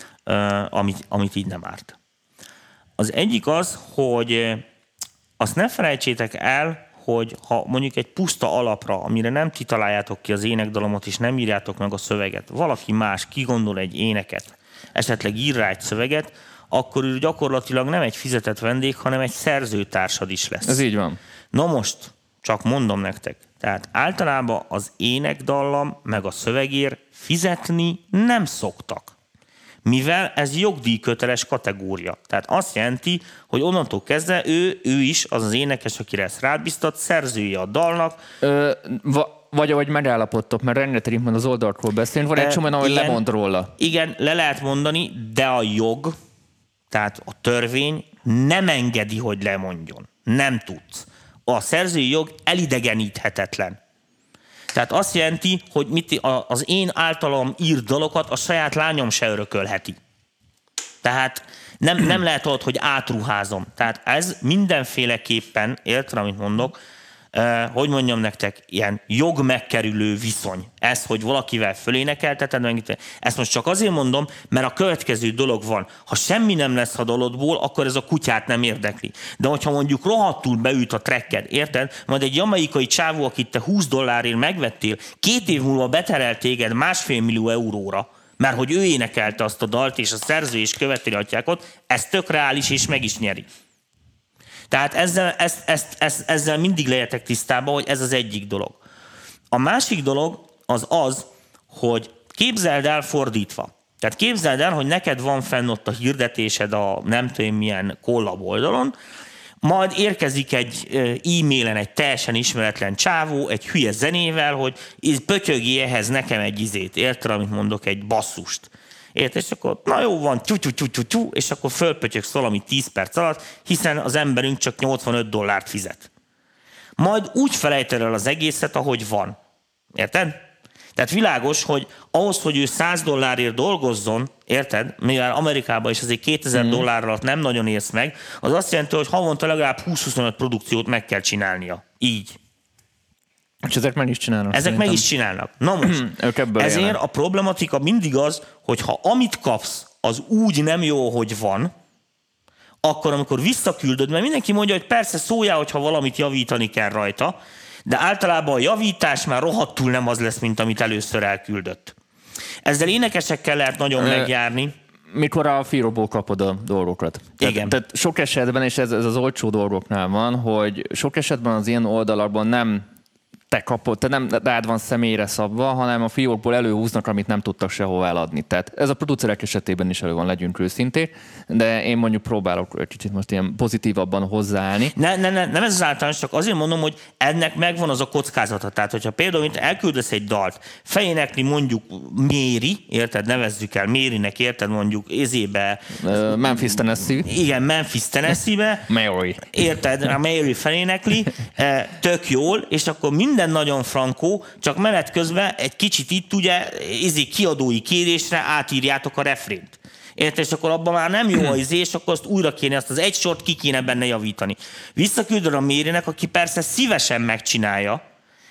amit így nem árt. Az egyik az, hogy azt ne felejtsétek el, hogy ha mondjuk egy puszta alapra, amire nem ti találjátok ki az énekdalomot, és nem írjátok meg a szöveget, valaki más kigondol egy éneket, esetleg ír rá egy szöveget, akkor ő gyakorlatilag nem egy fizetett vendég, hanem egy szerzőtársad is lesz. Ez így van. Na most, csak mondom nektek, tehát általában az énekdallam meg a szövegért fizetni nem szoktak. Mivel ez jogdíjköteles kategória. Tehát azt jelenti, hogy onnantól kezdve ő is, az énekes, akire ezt rád biztat, szerzője a dalnak. Vagy ahogy megállapodtok, mert rengeteg majd az oldalról beszélünk, van egy csomó, ahogy lemond róla. Igen, le lehet mondani, de a jog, tehát a törvény nem engedi, hogy lemondjon. Nem tudsz. A szerzői jog elidegeníthetetlen. Tehát azt jelenti, hogy az én általam írt dalokat a saját lányom se örökölheti. Tehát nem lehet ott, hogy átruházom. Tehát ez mindenféleképpen, érted, amit mondok, hogy mondjam nektek, ilyen jogmegkerülő viszony. Ez, hogy valakivel fölénekelteted, ezt most csak azért mondom, mert a következő dolog van. Ha semmi nem lesz a dalodból, akkor ez a kutyát nem érdekli. De hogyha mondjuk rohadtul beüt a tracked, érted? Majd egy jamaikai csávó, akit te $20 megvettél, 2 év múlva beterel téged $1,5 millió euróra, mert hogy ő énekelte azt a dalt, és a szerző is követeli atyákot, ez tök reális, és meg is nyeri. Tehát ezzel mindig legyetek tisztában, hogy ez az egyik dolog. A másik dolog az, hogy képzeld el fordítva. Tehát képzeld el, hogy neked van fenn ott a hirdetésed a nem tudom milyen kollab oldalon, majd érkezik egy e-mailen egy teljesen ismeretlen csávó, egy hülye zenével, hogy pötyögi ehhez nekem egy izét, érted, amit mondok, egy basszust. Érted? És akkor na jó van, tyú, és akkor fölpötyögsz valami 10 perc alatt, hiszen az emberünk csak $85 fizet. Majd úgy felejted el az egészet, ahogy van. Érted? Tehát világos, hogy ahhoz, hogy ő $100 dolgozzon, érted? Mivel Amerikában is azért $2000 alatt nem nagyon érsz meg, az azt jelenti, hogy havonta legalább 20-25 produkciót meg kell csinálnia. Így. És ezek meg is csinálnak. Ezek szerintem. Meg is csinálnak. Na most, ezért élnek. A problematika mindig az, hogy ha amit kapsz, az úgy nem jó, hogy van, akkor amikor visszaküldöd, mert mindenki mondja, hogy persze szóljál, hogyha valamit javítani kell rajta, de általában a javítás már rohadtul nem az lesz, mint amit először elküldött. Ezzel énekesekkel lehet nagyon megjárni. Mikor a fiókból kapod a dolgokat. Igen. Tehát sok esetben, és ez az olcsó dolgoknál van, hogy sok esetben az ilyen oldalakban nem te kapod, te nem rád van személyre szabva, hanem a fiókból előhúznak, amit nem tudtak sehova eladni. Tehát ez a producerek esetében is elő van, legyünk őszinték, de én mondjuk próbálok kicsit most ilyen pozitívabban hozzáállni. Nem ez az általános, csak azért mondom, hogy ennek megvan az a kockázata. Tehát, hogyha például elküldesz egy dalt, fejénekli mondjuk Méri, érted, nevezzük el Mérinek, érted, mondjuk Ézébe. Memphis Tennessee. Igen, Memphis Tennessee-be. Mary. Érted, a Mary felénekli, tök jól, és akkor minden nagyon frankó, csak menet közben egy kicsit itt ugye kiadói kérésre átírjátok a refrént. Érted? És akkor abban már nem jó az és akkor azt újra kéne, azt az egy sort ki kéne benne javítani. Visszaküldöd a Mérinek, aki persze szívesen megcsinálja,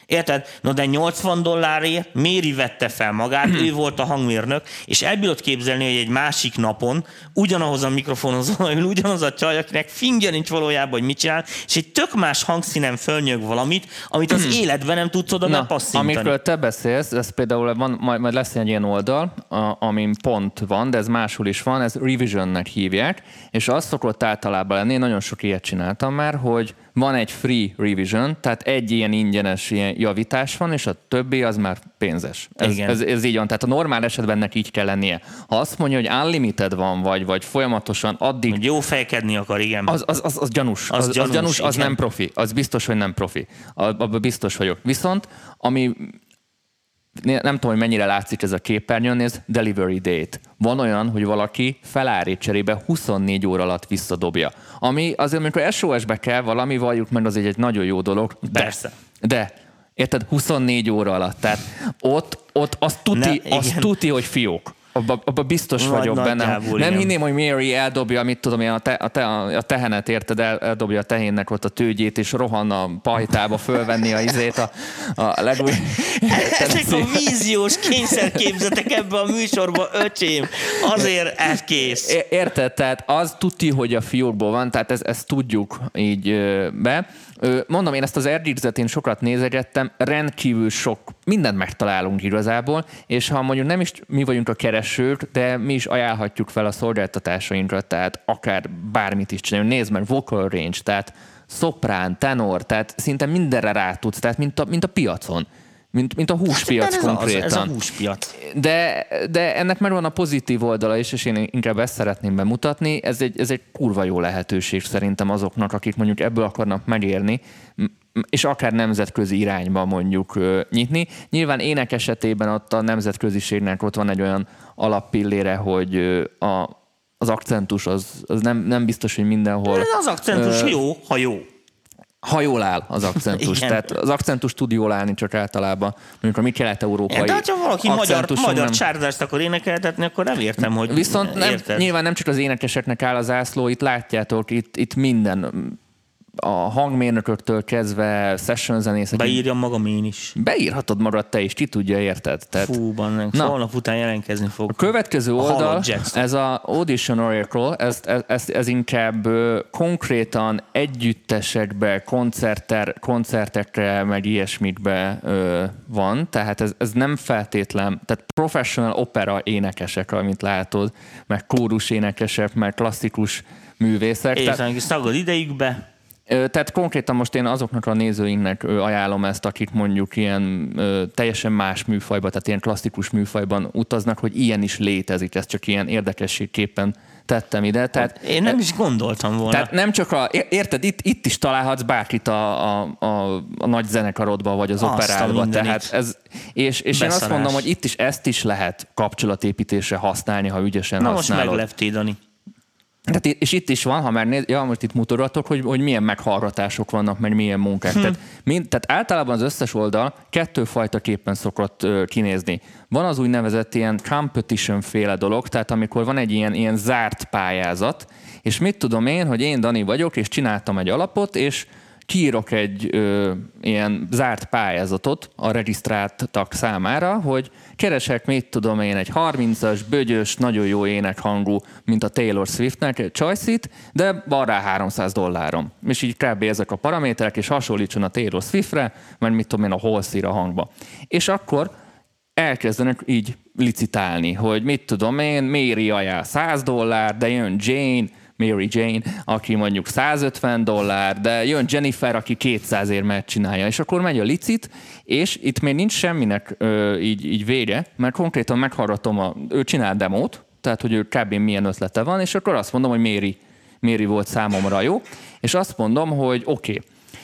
Érted? No de $80 Mary vette fel magát, ő volt a hangmérnök, és el bírod képzelni, hogy egy másik napon ugyanahoz a mikrofonhoz ugyanaz a csaj, akinek fingja nincs valójában, hogy mit csinál, és egy tök más hangszínen fölnyög valamit, amit az életben nem tudsz oda bepasszintani. Amikről te beszélsz, ez például majd lesz egy ilyen oldal, amin pont van, de ez máshol is van, ez revisionnek hívják, és az szokott általában lenni, én nagyon sok ilyet csináltam már, hogy van egy free revision, tehát egy ilyen ingyenes ilyen javítás van, és a többi az már pénzes. Ez így van, tehát a normál esetben ennek így kell lennie. Ha azt mondja, hogy unlimited van, vagy folyamatosan addig... Hogy jó fejkedni akar, igen. Az gyanús. Az gyanús, az nem profi. Az biztos, hogy nem profi. Abban biztos vagyok. Viszont, ami... Nem tudom, hogy mennyire látszik ez a képernyőn, ez delivery date. Van olyan, hogy valaki felállít cserébe 24 óra alatt visszadobja. Ami azért, amikor SOS-be kell valami, valljuk meg, az egy nagyon jó dolog. Persze. De érted, 24 óra alatt. Tehát ott az tuti, hogy fiók. Abba biztos vagyok benne. Nem hinném, hogy Mary eldobja, mit tudom én, a tehenet, érted, eldobja a tehénnek ott a tőgyét, és rohan a pajtába fölvenni a izét a legúj... Ezek a víziós kényszerképzetek ebbe a műsorba, öcsém, azért ez kész. Érted, tehát az tuti, hogy a fiókból van, tehát ezt tudjuk így be. Mondom, én ezt az RGX-et én sokat nézegettem, rendkívül sok mindent megtalálunk igazából, és ha mondjuk nem is mi vagyunk a keresők, de mi is ajánlhatjuk fel a szolgáltatásainkra, tehát akár bármit is csináljuk. Nézd meg, vocal range, tehát szoprán, tenor, tehát szinte mindenre rá tudsz, tehát mint a piacon. Mint a húspiac konkrétan. Ez a húspiac. De ennek megvan a pozitív oldala is, és én inkább ezt szeretném bemutatni. Ez egy kurva jó lehetőség szerintem azoknak, akik mondjuk ebből akarnak megérni, és akár nemzetközi irányba mondjuk nyitni. Nyilván ének esetében ott a nemzetköziségnek ott van egy olyan alappillére, hogy az akcentus az nem biztos, hogy mindenhol... Az akcentus jó, ha jó. Ha jól áll az akcentus. Igen. Tehát az akcentus tud jól állni, csak általában mondjuk a mi kelet-európai akcentuson. De ha valaki magyar csárdást akar énekeltetni, akkor nem értem, hogy viszont nyilván nem csak az énekeseknek áll az zászló, itt látjátok, itt minden... A hangmérnököktől kezdve session zenészek. Beírjam magam én is. Beírhatod magad te is, ki tudja, érted? Tehát, fú, bannek, holnap után jelentkezni fog. A következő oldal, ez a Audition Oracle, ez inkább konkrétan együttesekbe, koncertekre, meg ilyesmikbe van, tehát ez nem feltétlen, tehát professional opera énekesek, amit látod, meg kórus énekesek, meg klasszikus művészek. És szagad idejükbe. Tehát konkrétan most én azoknak a nézőinknek ajánlom ezt, akik mondjuk ilyen teljesen más műfajban, tehát ilyen klasszikus műfajban utaznak, hogy ilyen is létezik, ezt csak ilyen érdekességképpen tettem ide. Tehát, én nem is gondoltam volna. Tehát nem csak érted, itt is találhatsz bárkit a nagy zenekarodba, vagy az operálba. Tehát és én azt mondom, hogy itt is ezt is lehet kapcsolatépítésre használni, ha ügyesen használod. Na most megleptél, Dani. Tehát, és itt is van, ha már most itt mutogatok, hogy milyen meghallgatások vannak, meg milyen munkák. Tehát általában az összes oldal kettőfajta képen szokott kinézni. Van az úgynevezett ilyen competition féle dolog, tehát amikor van egy ilyen zárt pályázat, és mit tudom én, hogy én Dani vagyok, és csináltam egy alapot, és kiírok egy ilyen zárt pályázatot a regisztráltak számára, hogy keresek, mit tudom én, egy 30-as, bögyös, nagyon jó énekhangú, mint a Taylor Swiftnek egy choice-it, de van rá $300. És így kb. Ezek a paraméterek, és hasonlítson a Taylor Swiftre, mert mit tudom én, a Halsey-ra hangba. És akkor elkezdenek így licitálni, hogy mit tudom én, Mary ajánl $100, de jön Mary Jane, aki mondjuk $150, de jön Jennifer, aki 200-ért megcsinálja, és akkor megy a licit, és itt még nincs semminek így vége, mert konkrétan meghallgatom, ő csinál demót, tehát hogy ő kb. Milyen ötlete van, és akkor azt mondom, hogy Mary volt számomra jó, és azt mondom, hogy oké,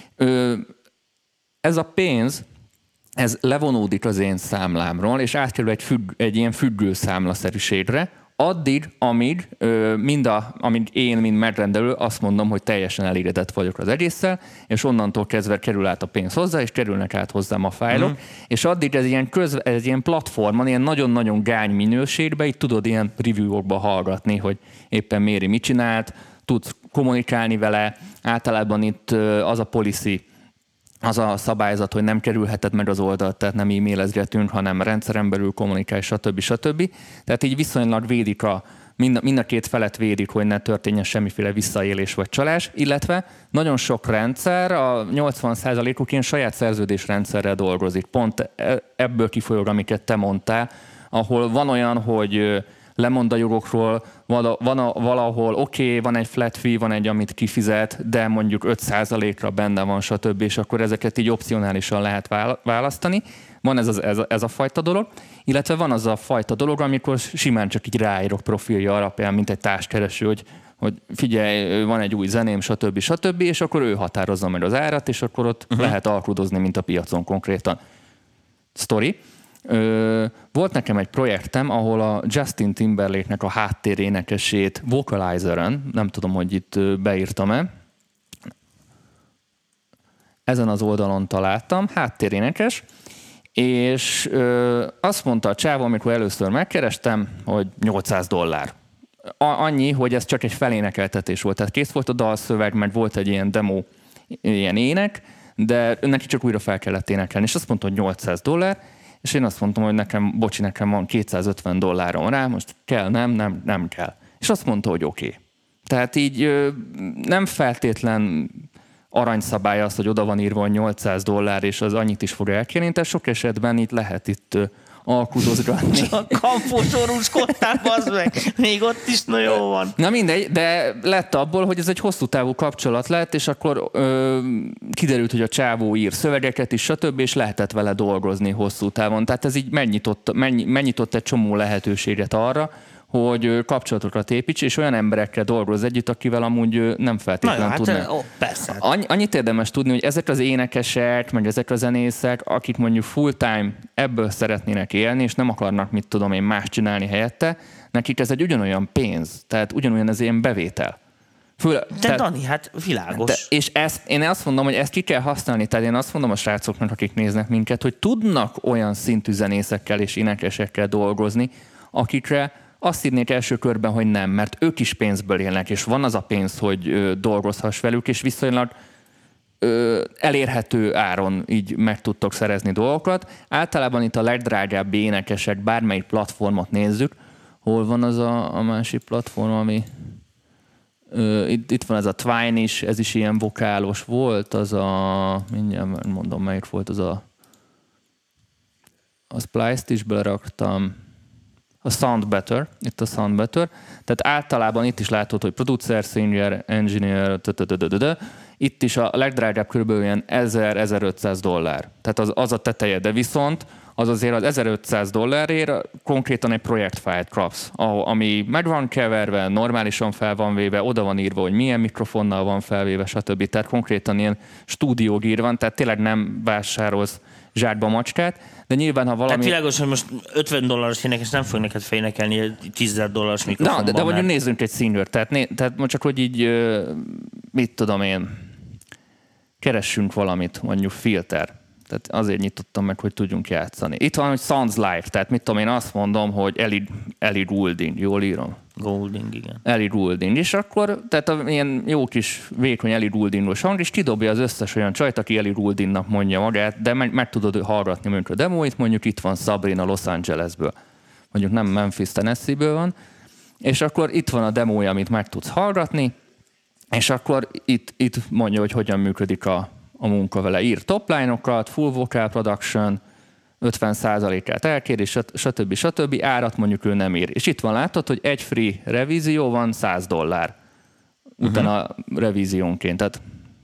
ez a pénz, ez levonódik az én számlámról, és átkerül egy ilyen függő számlaszerűségre, addig, amíg én, mint megrendelő, azt mondom, hogy teljesen elégedett vagyok az egésszel, és onnantól kezdve kerül át a pénz hozzá, és kerülnek át hozzám a fájlok, és addig ez ilyen platformon, ilyen nagyon-nagyon gány minőségben, így tudod ilyen review-okba hallgatni, hogy éppen Mary mit csinált, tudsz kommunikálni vele, általában itt az a policy, az a szabályzat, hogy nem kerülheted meg az oldalt, tehát nem e-mailezgetünk, hanem rendszeren belül kommunikálj, stb. Tehát így viszonylag védik mind a két felet védik, hogy ne történjen semmiféle visszaélés vagy csalás, illetve nagyon sok rendszer, a 80%-uk ilyen saját szerződésrendszerrel dolgozik. Pont ebből kifolyólag, amiket te mondtál, ahol van olyan, hogy lemond a jogokról, valahol van egy flat fee, van egy, amit kifizet, de mondjuk 5%-ra benne van, stb. És akkor ezeket így opcionálisan lehet választani. Van ez a fajta dolog, illetve van az a fajta dolog, amikor simán csak így ráírok profilja alapján, mint egy társkereső, hogy figyelj, van egy új zeném, stb. És akkor ő határozza meg az árat, és akkor ott lehet alkudozni, mint a piacon konkrétan. Story. Volt nekem egy projektem, ahol a Justin Timberlake-nek a háttérénekesét Vocalizeren, nem tudom, hogy itt beírtam-e, ezen az oldalon találtam, háttérénekes, és azt mondta a csávó, amikor először megkerestem, hogy $800. Annyi, hogy ez csak egy felénekeltetés volt. Tehát kész volt a dalszöveg, meg volt egy ilyen demo, ilyen ének, de neki csak újra fel kellett énekelni. És azt mondta, hogy $800, és én azt mondtam, hogy nekem van $250 rá, most kell, nem kell. És azt mondta, hogy oké. Tehát így nem feltétlen aranyszabály az, hogy oda van írva $800, és az annyit is fog elkérni, tehát sok esetben itt lehet alkudozgatni. Csak kampósorúskodtál, bazd meg! Még ott is nagyon jó van. Na mindegy, de lett abból, hogy ez egy hosszú távú kapcsolat lett, és akkor kiderült, hogy a csávó ír szövegeket is, stb., és lehetett vele dolgozni hosszú távon. Tehát ez így megnyitott egy csomó lehetőséget arra, hogy kapcsolatokat építs, és olyan emberekkel dolgoz együtt, akivel amúgy nem feltétlenül tudnak. Persze. Annyit érdemes tudni, hogy ezek az énekesek, meg ezek a zenészek, akik mondjuk full-time ebből szeretnének élni, és nem akarnak, mit tudom én, más csinálni helyette, nekik ez egy ugyanolyan pénz, tehát ugyanolyan az ilyen bevétel. Dani, hát világos. És én azt mondom, hogy ezt ki kell használni, tehát én azt mondom a srácoknak, akik néznek minket, hogy tudnak olyan szintű zenészekkel és énekesekkel dolgozni, akikre azt írnék első körben, hogy nem, mert ők is pénzből élnek, és van az a pénz, hogy dolgozhass velük, és viszonylag elérhető áron így meg tudtok szerezni dolgokat. Általában itt a legdrágább énekesek, bármelyik platformot nézzük, hol van az a másik platform, ami itt van ez a Twine is, ez is ilyen vokálos volt, az mindjárt mondom, melyik volt a Splice-t is beleraktam, a Sound Better, itt a Sound Better, tehát általában itt is látod, hogy producer, singer, engineer, itt is a legdrágább körülbelül ilyen $1000-1500. Tehát az a teteje, de viszont az azért az $1500 konkrétan egy projektfájlt kapsz, ami meg van keverve, normálisan fel van véve, oda van írva, hogy milyen mikrofonnal van felvéve, stb. Tehát konkrétan ilyen stúdiógír van, tehát tényleg nem vásárolsz zsákba macskát, de nyilván, ha valami... Tehát világos, hogy most $50 énekes nem fog neked felénekelni egy $10,000 mikrofonban. De mondjuk nézzünk egy singer, tehát most csak, hogy így, mit tudom én, keressünk valamit, mondjuk filter. Tehát azért nyitottam meg, hogy tudjunk játszani. Itt van, hogy Sounds Live, tehát mit tudom én, azt mondom, hogy Ellie Goulding, jól írom? Goulding, igen. Ellie Goulding, és akkor, tehát ilyen jó kis vékony Ellie Gouldingos hang, és kidobja az összes olyan csajt, aki Ellie Gouldingnak mondja magát, de meg tudod hallgatni mondjuk a demóit, mondjuk itt van Sabrina Los Angelesből, mondjuk nem Memphis, Tennessee-ből van, és akkor itt van a demója, amit meg tudsz hallgatni, és akkor itt mondja, hogy hogyan működik a munka vele. Ír topline-okat, full vocal production, 50%-át elkér, és stb. Árat mondjuk ő nem ír. És itt van, látod, hogy egy free revízió van, $100 utána revíziónként. Tehát,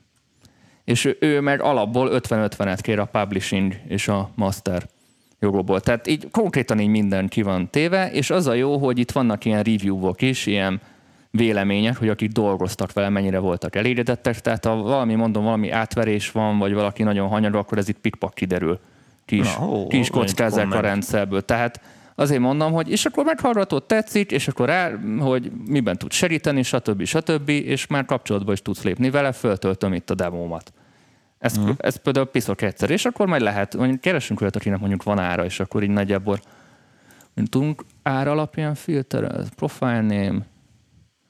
és ő meg alapból 50-50-et kér a publishing és a master jogokból. Tehát így konkrétan így minden ki van téve, és az a jó, hogy itt vannak ilyen review-ok is, ilyen vélemények, hogy akik dolgoztak vele, mennyire voltak elégedettek. Tehát ha valami átverés van, vagy valaki nagyon hanyag, akkor ez itt pikpak kiderül. Ki is kockázzák a rendszerből. Tehát azért mondom, hogy és akkor meghallgatod, tetszik, és akkor hogy miben tudsz segíteni, stb. És már kapcsolatba is tudsz lépni vele, föltöltöm itt a demómat. Ez például piszok egyszer, és akkor majd lehet, mondjuk keresünk olyat, akinek mondjuk van ára, és akkor így nagyjából tudunk ár alapján filterezni, profile name,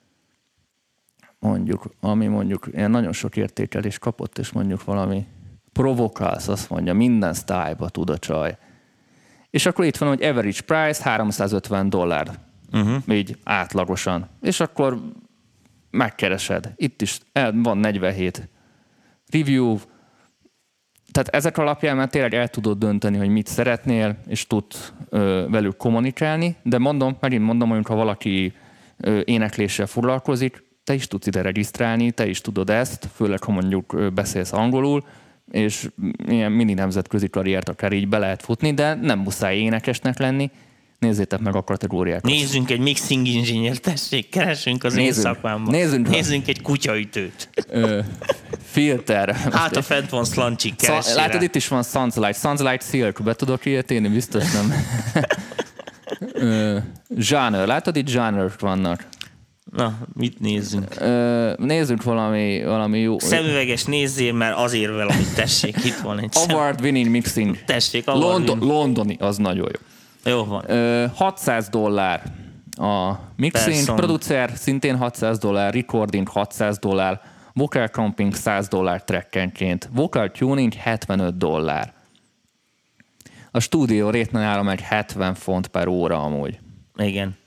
mondjuk ilyen nagyon sok értékelés kapott, és mondjuk valami provokálsz, azt mondja, minden sztályba tud a csaj. És akkor itt van, hogy average price $350. Így átlagosan. És akkor megkeresed. Itt is van 47 review. Tehát ezek alapján már tényleg el tudod dönteni, hogy mit szeretnél, és tudsz velük kommunikálni. De megint mondom, hogy ha valaki énekléssel foglalkozik, te is tudsz ide regisztrálni, te is tudod ezt, főleg, ha mondjuk beszélsz angolul, és ilyen mini nemzetközi karriert akár így be lehet futni, de nem muszáj énekesnek lenni. Nézzétek meg a kategóriákat. Nézzünk egy mixing engineer, tessék, keresünk az én szakmámban. Nézzünk egy kutyaütőt. Filter. Hát a fent van Slancsik, keresére. Látod, itt is van Sunslight Silk, be tudok ilyet élni? Biztos nem. Genre, látod, itt genre vannak. Na, mit nézzünk? Nézzünk valami jó. Szemüveges nézzél, mert azért valamit, tessék, itt van egy Award-winning mixing. Tessék, Londoni, az nagyon jó. Jó van. $600 a mixing, producer szintén $600, recording $600, vocal comping $100 trackenként, vocal tuning $75. A stúdió rétlen nálam egy 70 font per óra amúgy. Igen.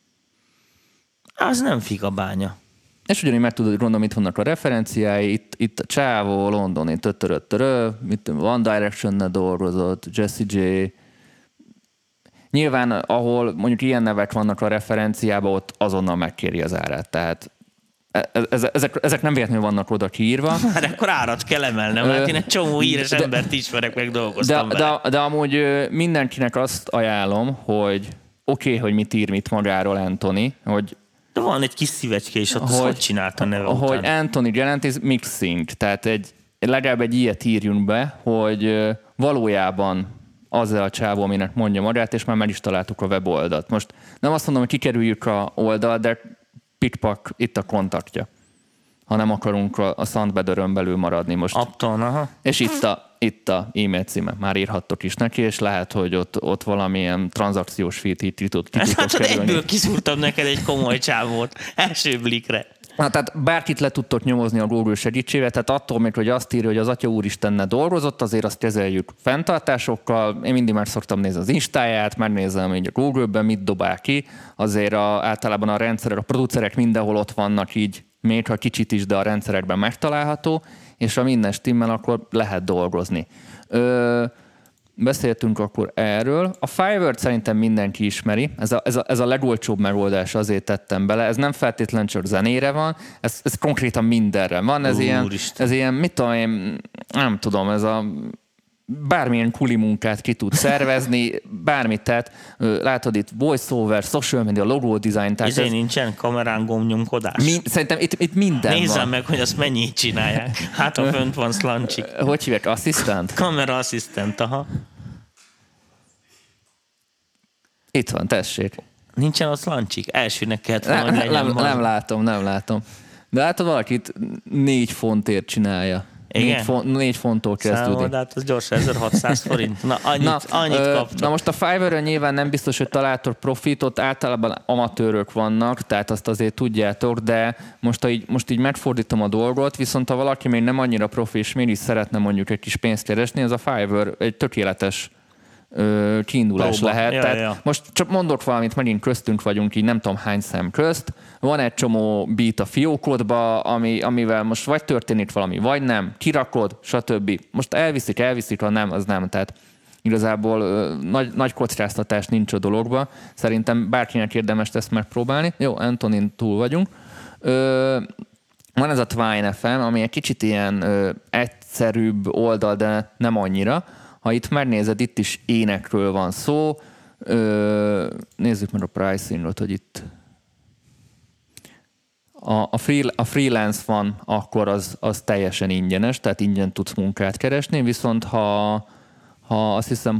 Az nem figabánya. És ugyanígy meg tudod, gondolom, itt vannak a referenciái, itt a csávó, londoni, itt One Direction-nel dolgozott, Jessie J. Nyilván, ahol mondjuk ilyen nevek vannak a referenciában, ott azonnal megkéri az árát. Tehát ezek nem véletlenül vannak oda kiírva. Hát akkor árat kell emelnem, mert én egy csomó híres embert ismerek, meg dolgoztam de amúgy mindenkinek azt ajánlom, hogy oké, hogy mit ír mit magáról Anthony, hogy de van egy kis szívecske, és ott hogy csinálta neve után. Hogy Anthony jelent, ez mixing. Tehát legalább egy ilyet írjunk be, hogy valójában az a csávó, aminek mondja magát, és már meg is találtuk a weboldalt. Most nem azt mondom, hogy kikerüljük a oldalt, de pikpak itt a kontaktja. Ha nem akarunk a Soundbedder-ön belül maradni most. Upton, aha. És itt a e-mail címe. Már írhattok is neki, és lehet, hogy ott valamilyen tranzakciós feed így tudod hát kerülni. Egyből kiszúrtam neked egy komoly csávót. Első blikre. Na, tehát bárkit le tudtok nyomozni a Google segítségével, tehát attól még, hogy azt írja, hogy az Atya Úristenne dolgozott, azért azt kezeljük fenntartásokkal. Én mindig már szoktam nézni az Instáját, megnézem így a Google-ben, mit dobál ki. Azért általában a rendszerek, a producerek mindenhol ott vannak így, még ha kicsit is, de a rendszerekben megtalálható, és ha minden stimmel, akkor lehet dolgozni. Beszéltünk akkor erről. A Fiverr-t szerintem mindenki ismeri. Ez a legolcsóbb megoldás, azért tettem bele. Ez nem feltétlenül csak zenére van, ez konkrétan mindenre van. Ez ilyen, mit tudom én, nem tudom, ez a bármilyen kuli munkát ki tud szervezni, bármit, tehát látod itt voice-over, social media, logo design. Ezért nincsen kamerán gombnyomkodás? Szerintem itt minden Nézzem van. Meg, hogy azt mennyit csinálják. Hát a fönt van Slancsik. Hogy hívják? Asszisztent? Kamera asszisztent, aha. Itt van, tessék. Nincsen ott Slancsik? Elsőnek kellett volna, hogy legyen. Nem látom. De látod, valakit 4 fontért csinálja. 4 fonttól kezdődik. Hát az gyorsan 1600 forint. Na, annyit kaptam. Na most a Fiverr-ön nyilván nem biztos, hogy találtok profitot, általában amatőrök vannak, tehát azt azért tudjátok, de most így megfordítom a dolgot, viszont ha valaki még nem annyira profi, és mégis szeretne mondjuk egy kis pénzt keresni, az a Fiverr egy tökéletes kiindulás lehet. Tehát most csak mondok valamit, megint köztünk vagyunk, így nem tudom hány szem közt. Van egy csomó beat a fiókodba, amivel most vagy történik valami, vagy nem, kirakod, stb. Most elviszik, ha nem, az nem. Tehát igazából nagy kockáztatás nincs a dologba. Szerintem bárkinek érdemes ezt megpróbálni. Jó, Antonin túl vagyunk. Van ez a Twine FM, ami egy kicsit ilyen egyszerűbb oldal, de nem annyira. Ha itt megnézed, itt is énekről van szó. Nézzük meg a pricingot, hogy itt a freelance van, akkor az teljesen ingyenes, tehát ingyen tudsz munkát keresni, viszont ha azt hiszem,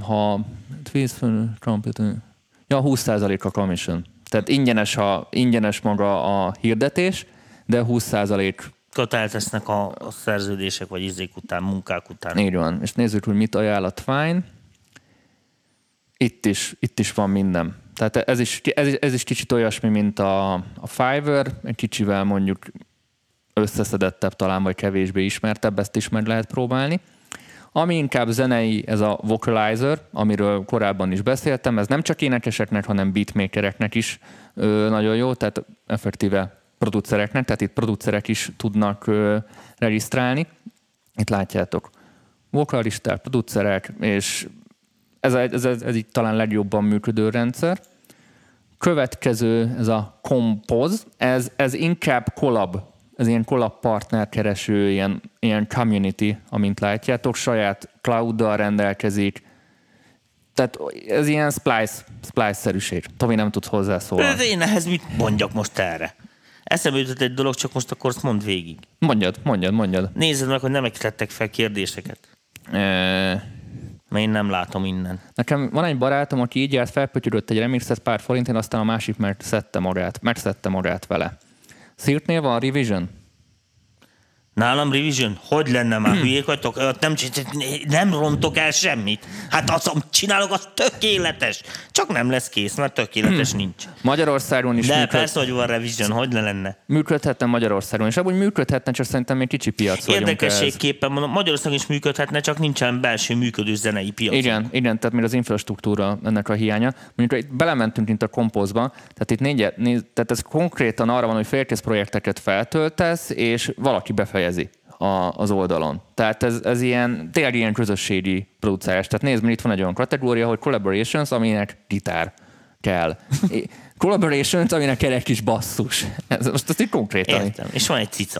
20% a commission. Tehát ingyenes maga a hirdetés, de 20% eltesznek a szerződések, vagy izék után, munkák után. Így van. És nézzük, hogy mit ajánl a Twine. Itt is van minden. Tehát ez is kicsit olyasmi, mint a Fiverr, egy kicsivel mondjuk összeszedettebb talán, vagy kevésbé ismertebb, ezt is meg lehet próbálni. Ami inkább zenei, ez a Vocalizer, amiről korábban is beszéltem, ez nem csak énekeseknek, hanem beatmakereknek is nagyon jó, tehát effektíve producereknek, tehát itt producerek is tudnak regisztrálni. Itt látjátok, vokalisták, producerek, és ez így talán legjobban működő rendszer. Következő, ez a Compose, ez inkább collab, ez ilyen collab partner kereső, ilyen community, amint látjátok, saját clouddal rendelkezik. Tehát ez ilyen splice-szerűség. Tomi nem tudsz hozzászólni. De én ehhez mit mondjak most erre? Eszembe jutott egy dolog, csak most akkor azt mondd végig. Mondjad. Nézzed meg, hogy nem tettek fel kérdéseket. Mert én nem látom innen. Nekem van egy barátom, aki így járt, felpötyörött egy remixet pár forintén, aztán a másik megszedte magát vele. Szirtnél van Revision? Nálam Revision? Hogy lenne már? Hülyék vagytok? Nem rontok el semmit. Hát azt, amit csinálok, az tökéletes. Csak nem lesz kész, mert tökéletes nincs. Magyarországon is de persze, hogy van Revision, hogy ne lenne? Működhetne Magyarországon, és abban működhetne, csak szerintem még kicsi piac vagyunk. Érdekességképpen mondom, Magyarországon is működhetne, csak nincsen belső működő zenei piac. Igen, tehát még az infrastruktúra ennek a hiánya. Mondjuk itt belementünk itt a Compose-ba, tehát itt tehát ez konkrétan arra van, hogy félkész projekteket feltöltesz, és valaki befejezi az oldalon. Tehát ez tényleg ilyen közösségi producálás. Tehát nézd, itt van egy olyan kategória, hogy collaborations, aminek gitár kell. Collaborations, aminek kell egy kis basszus. Most ezt így konkrétan. Értem. És van egy cica.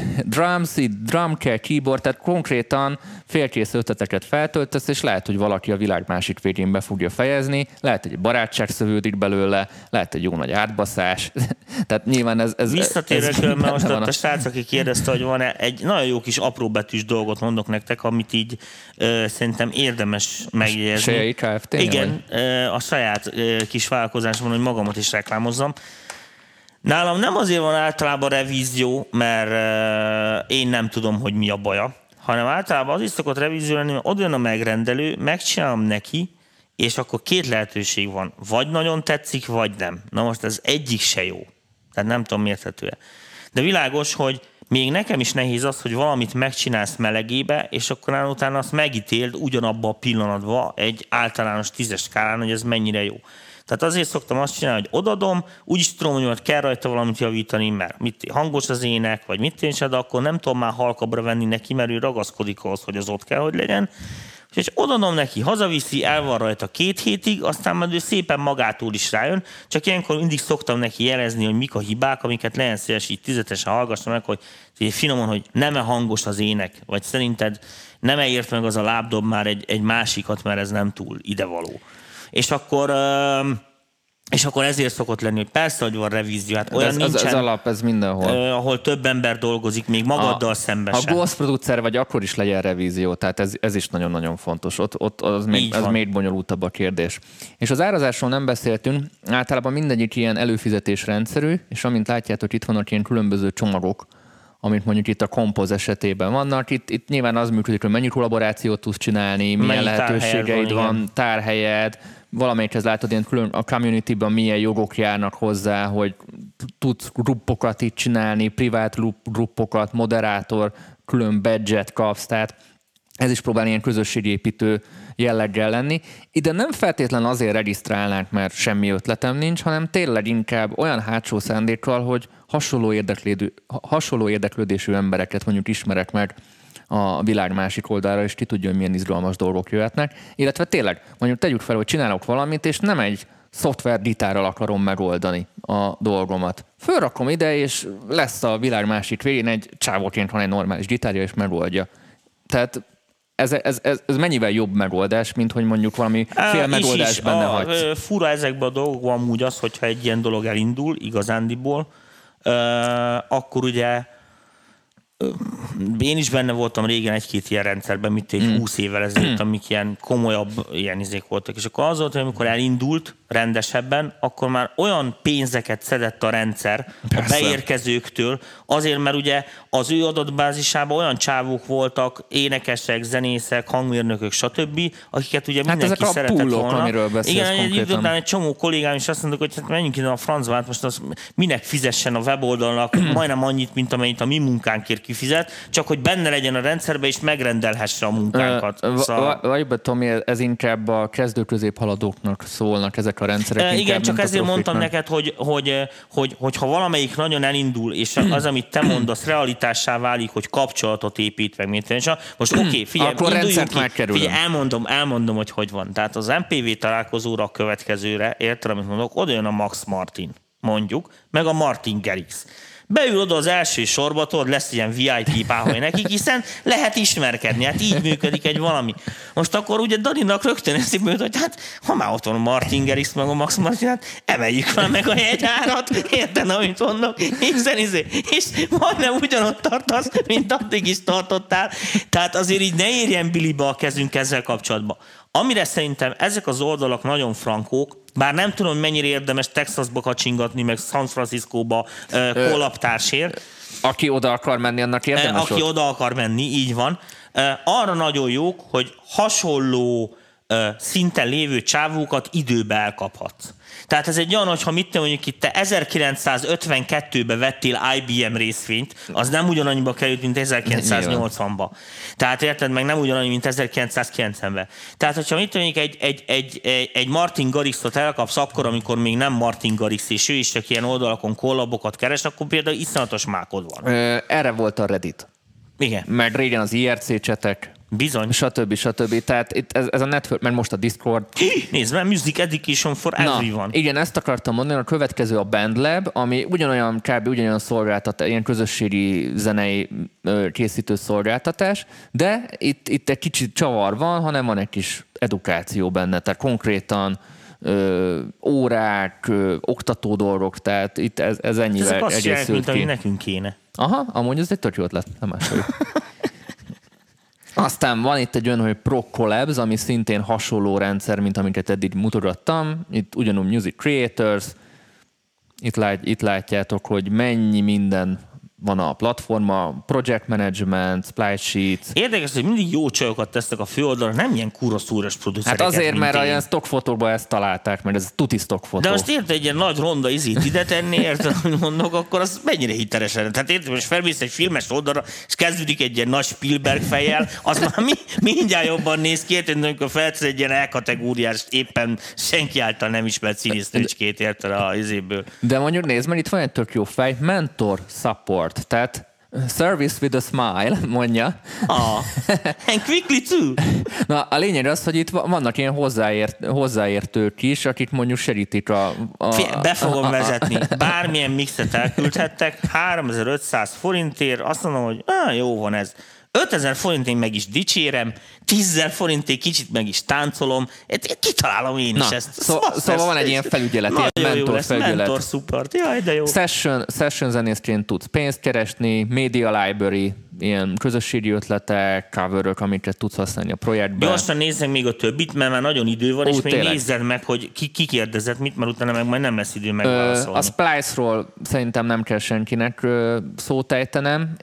Drum kell, keyboard, tehát konkrétan félkész ötleteket feltöltesz, és lehet, hogy valaki a világ másik végén be fogja fejezni, lehet, hogy egy barátság szövődik belőle, lehet, egy jó nagy átbaszás. Tehát nyilván ez visszatérek, mert most ott a srác, aki kérdezte, hogy van-e egy nagyon jó kis apróbetűs dolgot mondok nektek, amit így szerintem érdemes megjegyezni. Igen, a saját kis vállalkozásomon, hogy magamat is reklámozzam. Nálam nem azért van általában revízió, mert én nem tudom, hogy mi a baja, hanem általában az is szokott revízió lenni, mert oda jön a megrendelő, megcsinálom neki, és akkor két lehetőség van. Vagy nagyon tetszik, vagy nem. Na most ez egyik se jó. Tehát nem tudom, mérthető-e. De világos, hogy még nekem is nehéz az, hogy valamit megcsinálsz melegébe, és akkor utána azt megítéld ugyanabban a pillanatban egy általános 10-es skálán, hogy ez mennyire jó. Tehát azért szoktam azt csinálni, hogy odadom, úgyis tudom, hogy kell rajta valamit javítani, mert hangos az ének, vagy mit tényleg, de akkor nem tudom már halkabbra venni neki, mert ő ragaszkodik ahhoz, hogy az ott kell, hogy legyen. És odadom neki, hazaviszi, el van rajta 2 hétig, aztán majd ő szépen magától is rájön, csak ilyenkor mindig szoktam neki jelezni, hogy mik a hibák, amiket legyen szíves így 10-esen hallgassa meg, hogy finoman, hogy nem-e hangos az ének, vagy szerinted nem-e ért meg az a lábdob már egy másikat, mert ez nem túl idevaló. És akkor ezért szokott lenni, hogy persze, hogy van revízió. Hát olyan nincsen, ez alap, ez mindenhol. Ahol több ember dolgozik, még magaddal szemben sem. Ha ghost producer vagy, akkor is legyen revízió, tehát ez is nagyon-nagyon fontos. Ott az még bonyolultabb a kérdés. És az árazásról nem beszéltünk, általában mindegyik ilyen előfizetés rendszerű, és amint látjátok, itt vannak ilyen különböző csomagok, amit mondjuk itt a Compose esetében vannak. Itt nyilván az működik, hogy mennyi kollaborációt tudsz csinálni, milyen lehetőségeid van, tárhelyed, valamelyikhez látod, ilyen külön a community-ban milyen jogok járnak hozzá, hogy tudsz gruppokat itt csinálni, privát gruppokat, moderátor, külön badge-et kapsz, tehát ez is próbál ilyen közösségépítő jelleggel lenni. Ide nem feltétlen azért regisztrálnánk, mert semmi ötletem nincs, hanem tényleg inkább olyan hátsó szándékkal, hogy hasonló érdeklődésű embereket mondjuk ismerek meg a világ másik oldalra, és ki tudja, hogy milyen izgalmas dolgok jöhetnek. Illetve tényleg, mondjuk tegyük fel, hogy csinálok valamit, és nem egy szoftver gitárral akarom megoldani a dolgomat. Fölrakom ide, és lesz a világ másik végén egy csávóként van egy normális gitárja, és megoldja. Tehát ez mennyivel jobb megoldás, mint hogy mondjuk valami fél megoldás benne hagysz. Fura ezekben a dolgokban amúgy az, hogyha egy ilyen dolog elindul igazándiból, akkor ugye én is benne voltam régen egy-két ilyen rendszerben, mint egy 20 évvel ezelőtt, amik ilyen komolyabb ilyen izék voltak. És akkor az volt, hogy amikor elindult rendesebben, akkor már olyan pénzeket szedett a rendszer a beérkezőktől, azért, mert ugye az ő adatbázisában olyan csávók voltak, énekesek, zenészek, hangmérnökök, stb., akiket ugye mindenki szeretett volna. Amiről beszélsz igen, egy csomó kollégám is azt mondok, hogy hát menjünk ide a francba, most az minek fizessen a weboldalnak majdnem annyit, mint amennyit a mi munkánkért kifizet, csak hogy benne legyen a rendszerbe, és megrendelhesse a munkánkat. Vagy Tomi, ez inkább a kezdő-középhaladóknak szólnak ezek a rendszerek. Igen, csak ezért mondtam neked, hogy ha valamelyik nagyon elindul, és az, amit te mondasz, realitássá válik, hogy kapcsolatot épít meg. Most oké, figyelj, elmondom, hogy van. Tehát az MPV találkozóra a következőre, érted, amit mondok, oda jön a Max Martin, mondjuk, meg a Martin Garrix. Beül oda az első sorba, tudod, lesz ilyen VIP páholy nekik, hiszen lehet ismerkedni, hát így működik egy valami. Most akkor ugye Daninak rögtön eszébe jut, hogy hát ha már ott van a Martin Garrix, meg a Max Martin, hát emeljük már meg a jegyárat, érted, amit mondok, és majdnem ugyanott tartasz, mint addig is tartottál. Tehát azért így ne érjen bilibe a kezünk ezzel kapcsolatban. Amire szerintem ezek az oldalak nagyon frankók, bár nem tudom, mennyire érdemes Texasba kacsingatni, meg San Franciscóba kollaptársért. Aki oda akar menni, annak érdemes Aki oda akar menni, így van. Arra nagyon jók, hogy hasonló szinten lévő csávókat időbe elkaphatsz. Tehát ez egy olyan, hogyha mit te mondjuk itt te 1952-ben vettél IBM részvényt, az nem ugyanannyiba került, mint 1980-ba. Tehát érted, meg nem ugyanannyi, mint 1990-ben. Tehát, hogyha mit mondjuk egy Martin Garrixot elkapsz akkor, amikor még nem Martin Garrix, és ő is csak ilyen oldalakon kollabokat keres, akkor például iszonyatos mákod van. Erre volt a Reddit. Igen. Mert régen az IRC csetek. Bizony. Stb. Tehát itt ez a network, mert most a Discord. Nézd, mert Music Education for Everyone. Igen, ezt akartam mondani, a következő a BandLab, ami kb. Ugyanolyan szolgáltatás, ilyen közösségi zenei készítő szolgáltatás, de itt egy kicsit csavar van, hanem van egy kis edukáció benne, tehát konkrétan órák, oktató dolgok, tehát itt ez ennyivel egészült ki. Mint ami nekünk kéne. Aha, amúgy ez egy tök jó ötlet, nem másoljuk. Aztán van itt egy olyan, hogy Pro Collabs, ami szintén hasonló rendszer, mint amiket eddig mutogattam. Itt ugyanúgy Music Creators. Itt látjátok, hogy mennyi minden van a platforma, project management, splice sheets. Érdekes, hogy mindig jó csajokat tesznek a főoldalra, nem ilyen kuraszúras producereket. Hát azért, mert olyan stockfotókban ezt találták, mert ez tuti stockfotó. De most érted, egy ilyen nagy ronda izét ide tenni, érted, amit mondok, akkor az mennyire hiteles lenne. Tehát érted, most felmész egy filmes oldalra, és kezdődik egy ilyen nagy Spielberg fejjel, az már mindjárt jobban néz ki, érted, amikor feltesz egy ilyen elkategóriás, éppen senki által nem ismert színésztőcskét, érted a izéből. De mondjuk nézd, mert itt van egy tök jó fej, mentor support. Tehát service with a smile, mondja. And quickly too. Na, a lényeg az, hogy itt vannak ilyen hozzáértők is, akik mondjuk segítik Be fogom vezetni. Bármilyen mixet elküldhettek, 3500 forintért, azt mondom, hogy jó van ez. 5000 forintért meg is dicsérem, 10 forintért kicsit meg is táncolom, kitalálom én is ezt. Szóval van egy ilyen felügyelet, ilyen mentor felügyelet. Mentor support, jaj, de jó. Session zenészként tudsz pénzt keresni, media library, ilyen közösségi ötletek, coverök, amiket tudsz használni a projektben. Gyorsan nézzek még a többit, mert már nagyon idő van, és még nézzed meg, hogy ki kérdezett mit, mert utána meg majd nem lesz idő megválaszolni. A Splice-ról szerintem nem kell senkinek szót ejtenem.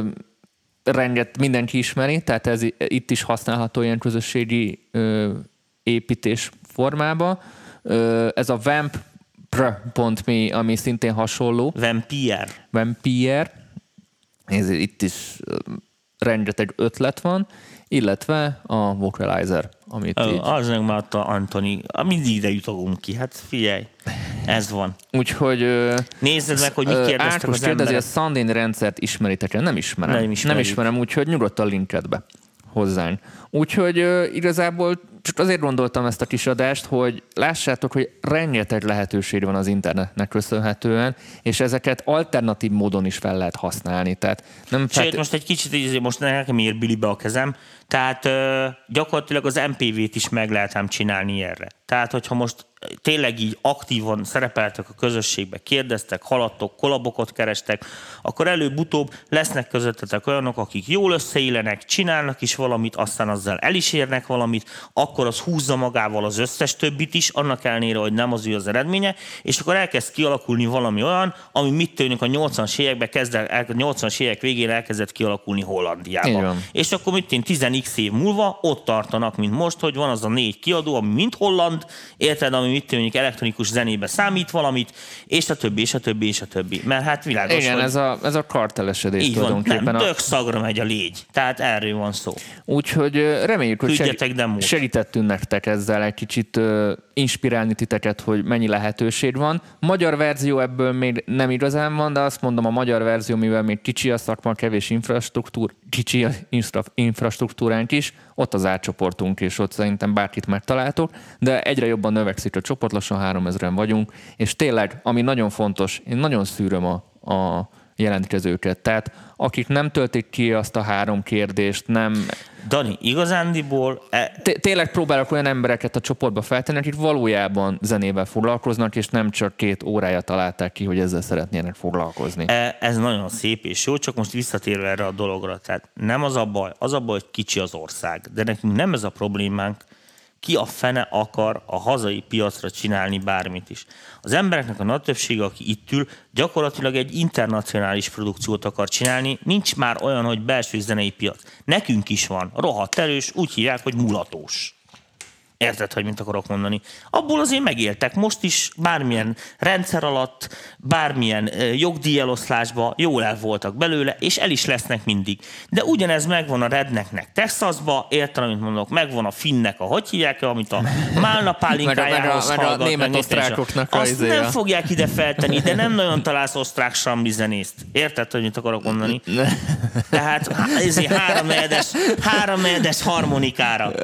Mindenki ismeri, tehát ez itt is használható ilyen közösségi építés formába. Ez a vamp.me, ami szintén hasonló. Vampire. Itt is rengeteg ötlet van, illetve a Vocalizer, amit az meg már a Antoni, mindig ide jutogunk ki, hát figyelj, ez van. Úgyhogy nézzed meg, hogy mit kérdeztek Ákos az emberek. kérdezi, a Sundin rendszert ismeritek-e? Nem ismerem, úgyhogy nyugodtan linkedbe hozzánk. Úgyhogy igazából csak azért gondoltam ezt a kis adást, hogy lássátok, hogy rengeteg lehetőség van az internetnek köszönhetően, és ezeket alternatív módon is fel lehet használni. Tehát nem sőt, most egy kicsit, most nekem ér bilibe a kezem, tehát gyakorlatilag az MPV-t is meg lehet ám csinálni erre. Tehát, hogyha most tényleg így aktívan szerepeltek a közösségbe, kérdeztek, haladtok, kollabokat kerestek, akkor előbb-utóbb lesznek közöttetek olyanok, akik jól összeillenek, csinálnak is valamit, aztán azzal el is érnek valamit, akkor az húzza magával az összes többit is, annak ellenére, hogy nem az ő az eredménye, és akkor elkezd kialakulni valami olyan, ami mit tűnik a 80-as években 80-as évek végén elkezdett kialakulni Hollandiában. És akkor mit tűnik 10x év múlva ott tartanak, mint most, hogy van az a 4 kiadó, ami mind holland, érted, ami mit tűnik elektronikus zenébe számít valamit, és a többi, és a többi, és a többi. Mert hát világos, igen, hogy... ez a kartelesedés így tulajdonképpen. Van, nem, tök szagra megy a légy. Tehát erről van szó. Úgyhogy reméljük, hogy segítettünk nektek ezzel egy kicsit inspirálni titeket, hogy mennyi lehetőség van. Magyar verzió ebből még nem igazán van, de azt mondom, a magyar verzió, mivel még kicsi a szakma, kevés kicsi infrastruktúránk is, ott az átcsoportunk, és ott szerintem bárkit megtaláltok, de egyre jobban növekszik a csoport, lassan 3000-en vagyunk, és tényleg, ami nagyon fontos, én nagyon szűröm a jelentkezőket. Tehát akik nem töltik ki azt a 3 kérdést, nem... Dani, igazándiból... Tényleg próbálok olyan embereket a csoportba feltenni, akik valójában zenével foglalkoznak, és nem csak 2 órája találták ki, hogy ezzel szeretnének foglalkozni. Ez nagyon szép és jó, csak most visszatérve erre a dologra. Tehát nem az a baj, hogy kicsi az ország, de nekünk nem ez a problémánk, ki a fene akar a hazai piacra csinálni bármit is. Az embereknek a nagy többsége, aki itt ül, gyakorlatilag egy internacionális produkciót akar csinálni, nincs már olyan, hogy belső zenei piac. Nekünk is van, rohadt erős, úgy hívják, hogy mulatós. Érted, hogy mit akarok mondani? Abból azért megéltek most is, bármilyen rendszer alatt, bármilyen jogdíjeloszlásba jól el voltak belőle, és el is lesznek mindig. De ugyanez megvan a redneknek Texasba, érted, amit mondok, megvan a finnek, hogy hívják, amit a Málna pálinkájához hallgat. Meg a német osztrákoknak azt nem fogják ide feltenni, de nem nagyon találsz osztrák samli zenészt. Érted, hogy mit akarok mondani? Tehát ezért 3/4-es harmonikára.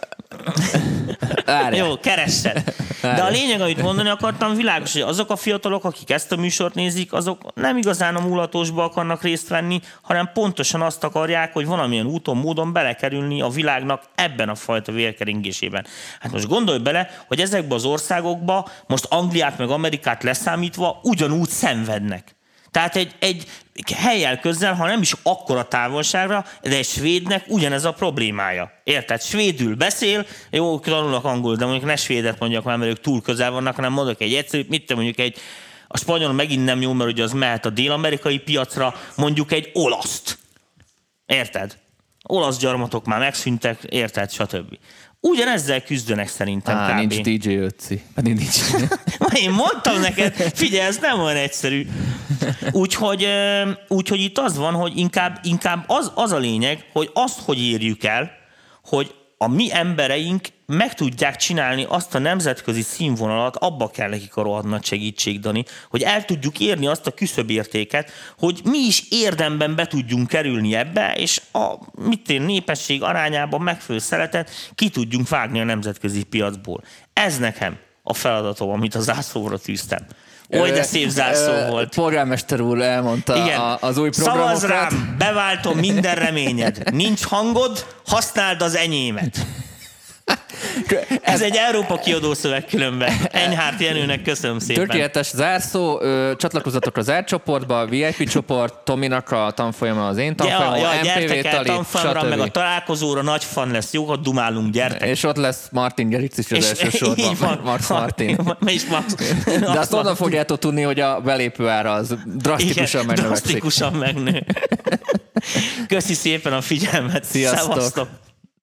Jó, keressed. De a lényeg, amit mondani akartam, világos, hogy azok a fiatalok, akik ezt a műsort nézik, azok nem igazán a mulatósba akarnak részt venni, hanem pontosan azt akarják, hogy valamilyen úton, módon belekerülni a világnak ebben a fajta vérkeringésében. Hát most gondolj bele, hogy ezekben az országokban most Angliát meg Amerikát leszámítva ugyanúgy szenvednek. Tehát egy helyjel közel, ha nem is akkora távolságra, de egy svédnek ugyanez a problémája. Érted? Svédül beszél, jó, tanulnak angolul, de mondjuk ne svédet mondjak már, mert ők túl közel vannak, hanem mondok egy egyszerű, mondjuk a spanyol megint nem jó, mert ugye az mehet a dél-amerikai piacra, mondjuk egy olaszt. Érted? Olasz gyarmatok már megszűntek, érted, stb. Ugyanezzel küzdenek szerintem kb. Nincs DJ Ötzi. Nincs. Én mondtam neked, figyelj, ez nem olyan egyszerű. Úgyhogy itt az van, hogy inkább az a lényeg, hogy azt, hogy érjük el, hogy a mi embereink meg tudják csinálni azt a nemzetközi színvonalat, abba kell nekik a rohadt nagy segítség, Dani, hogy el tudjuk érni azt a küszöbértéket, hogy mi is érdemben be tudjunk kerülni ebbe, és a népesség arányában megfelelő szeletet ki tudjunk vágni a nemzetközi piacból. Ez nekem a feladatom, amit az zászlóra tűztem. Oly, de szép zárszó volt. Polgármester úr elmondta az új programokat. Szavazz rám, beváltom minden reményed. Nincs hangod, használd az enyémet. Ez egy Európa kiadó szöveg különben. Enyhárt Jenőnek köszönöm szépen. Tökéletes zárszó, csatlakozzatok az átcsoportba, a VIP csoport, Tominak a tanfolyama, az én tanfolyamom, gyertek el tanfolyamra, meg a találkozóra, nagy fan lesz, jó, hogy dumálunk, gyertek. És ott lesz Martin Geric is az első sorban. Max Martin. De azt onnan fogjátok tudni, hogy a belépő ára az drasztikusan megnövekszik. Drasztikusan megnő. Köszi szépen a figyelmet. Sziasztok. Szevasztok.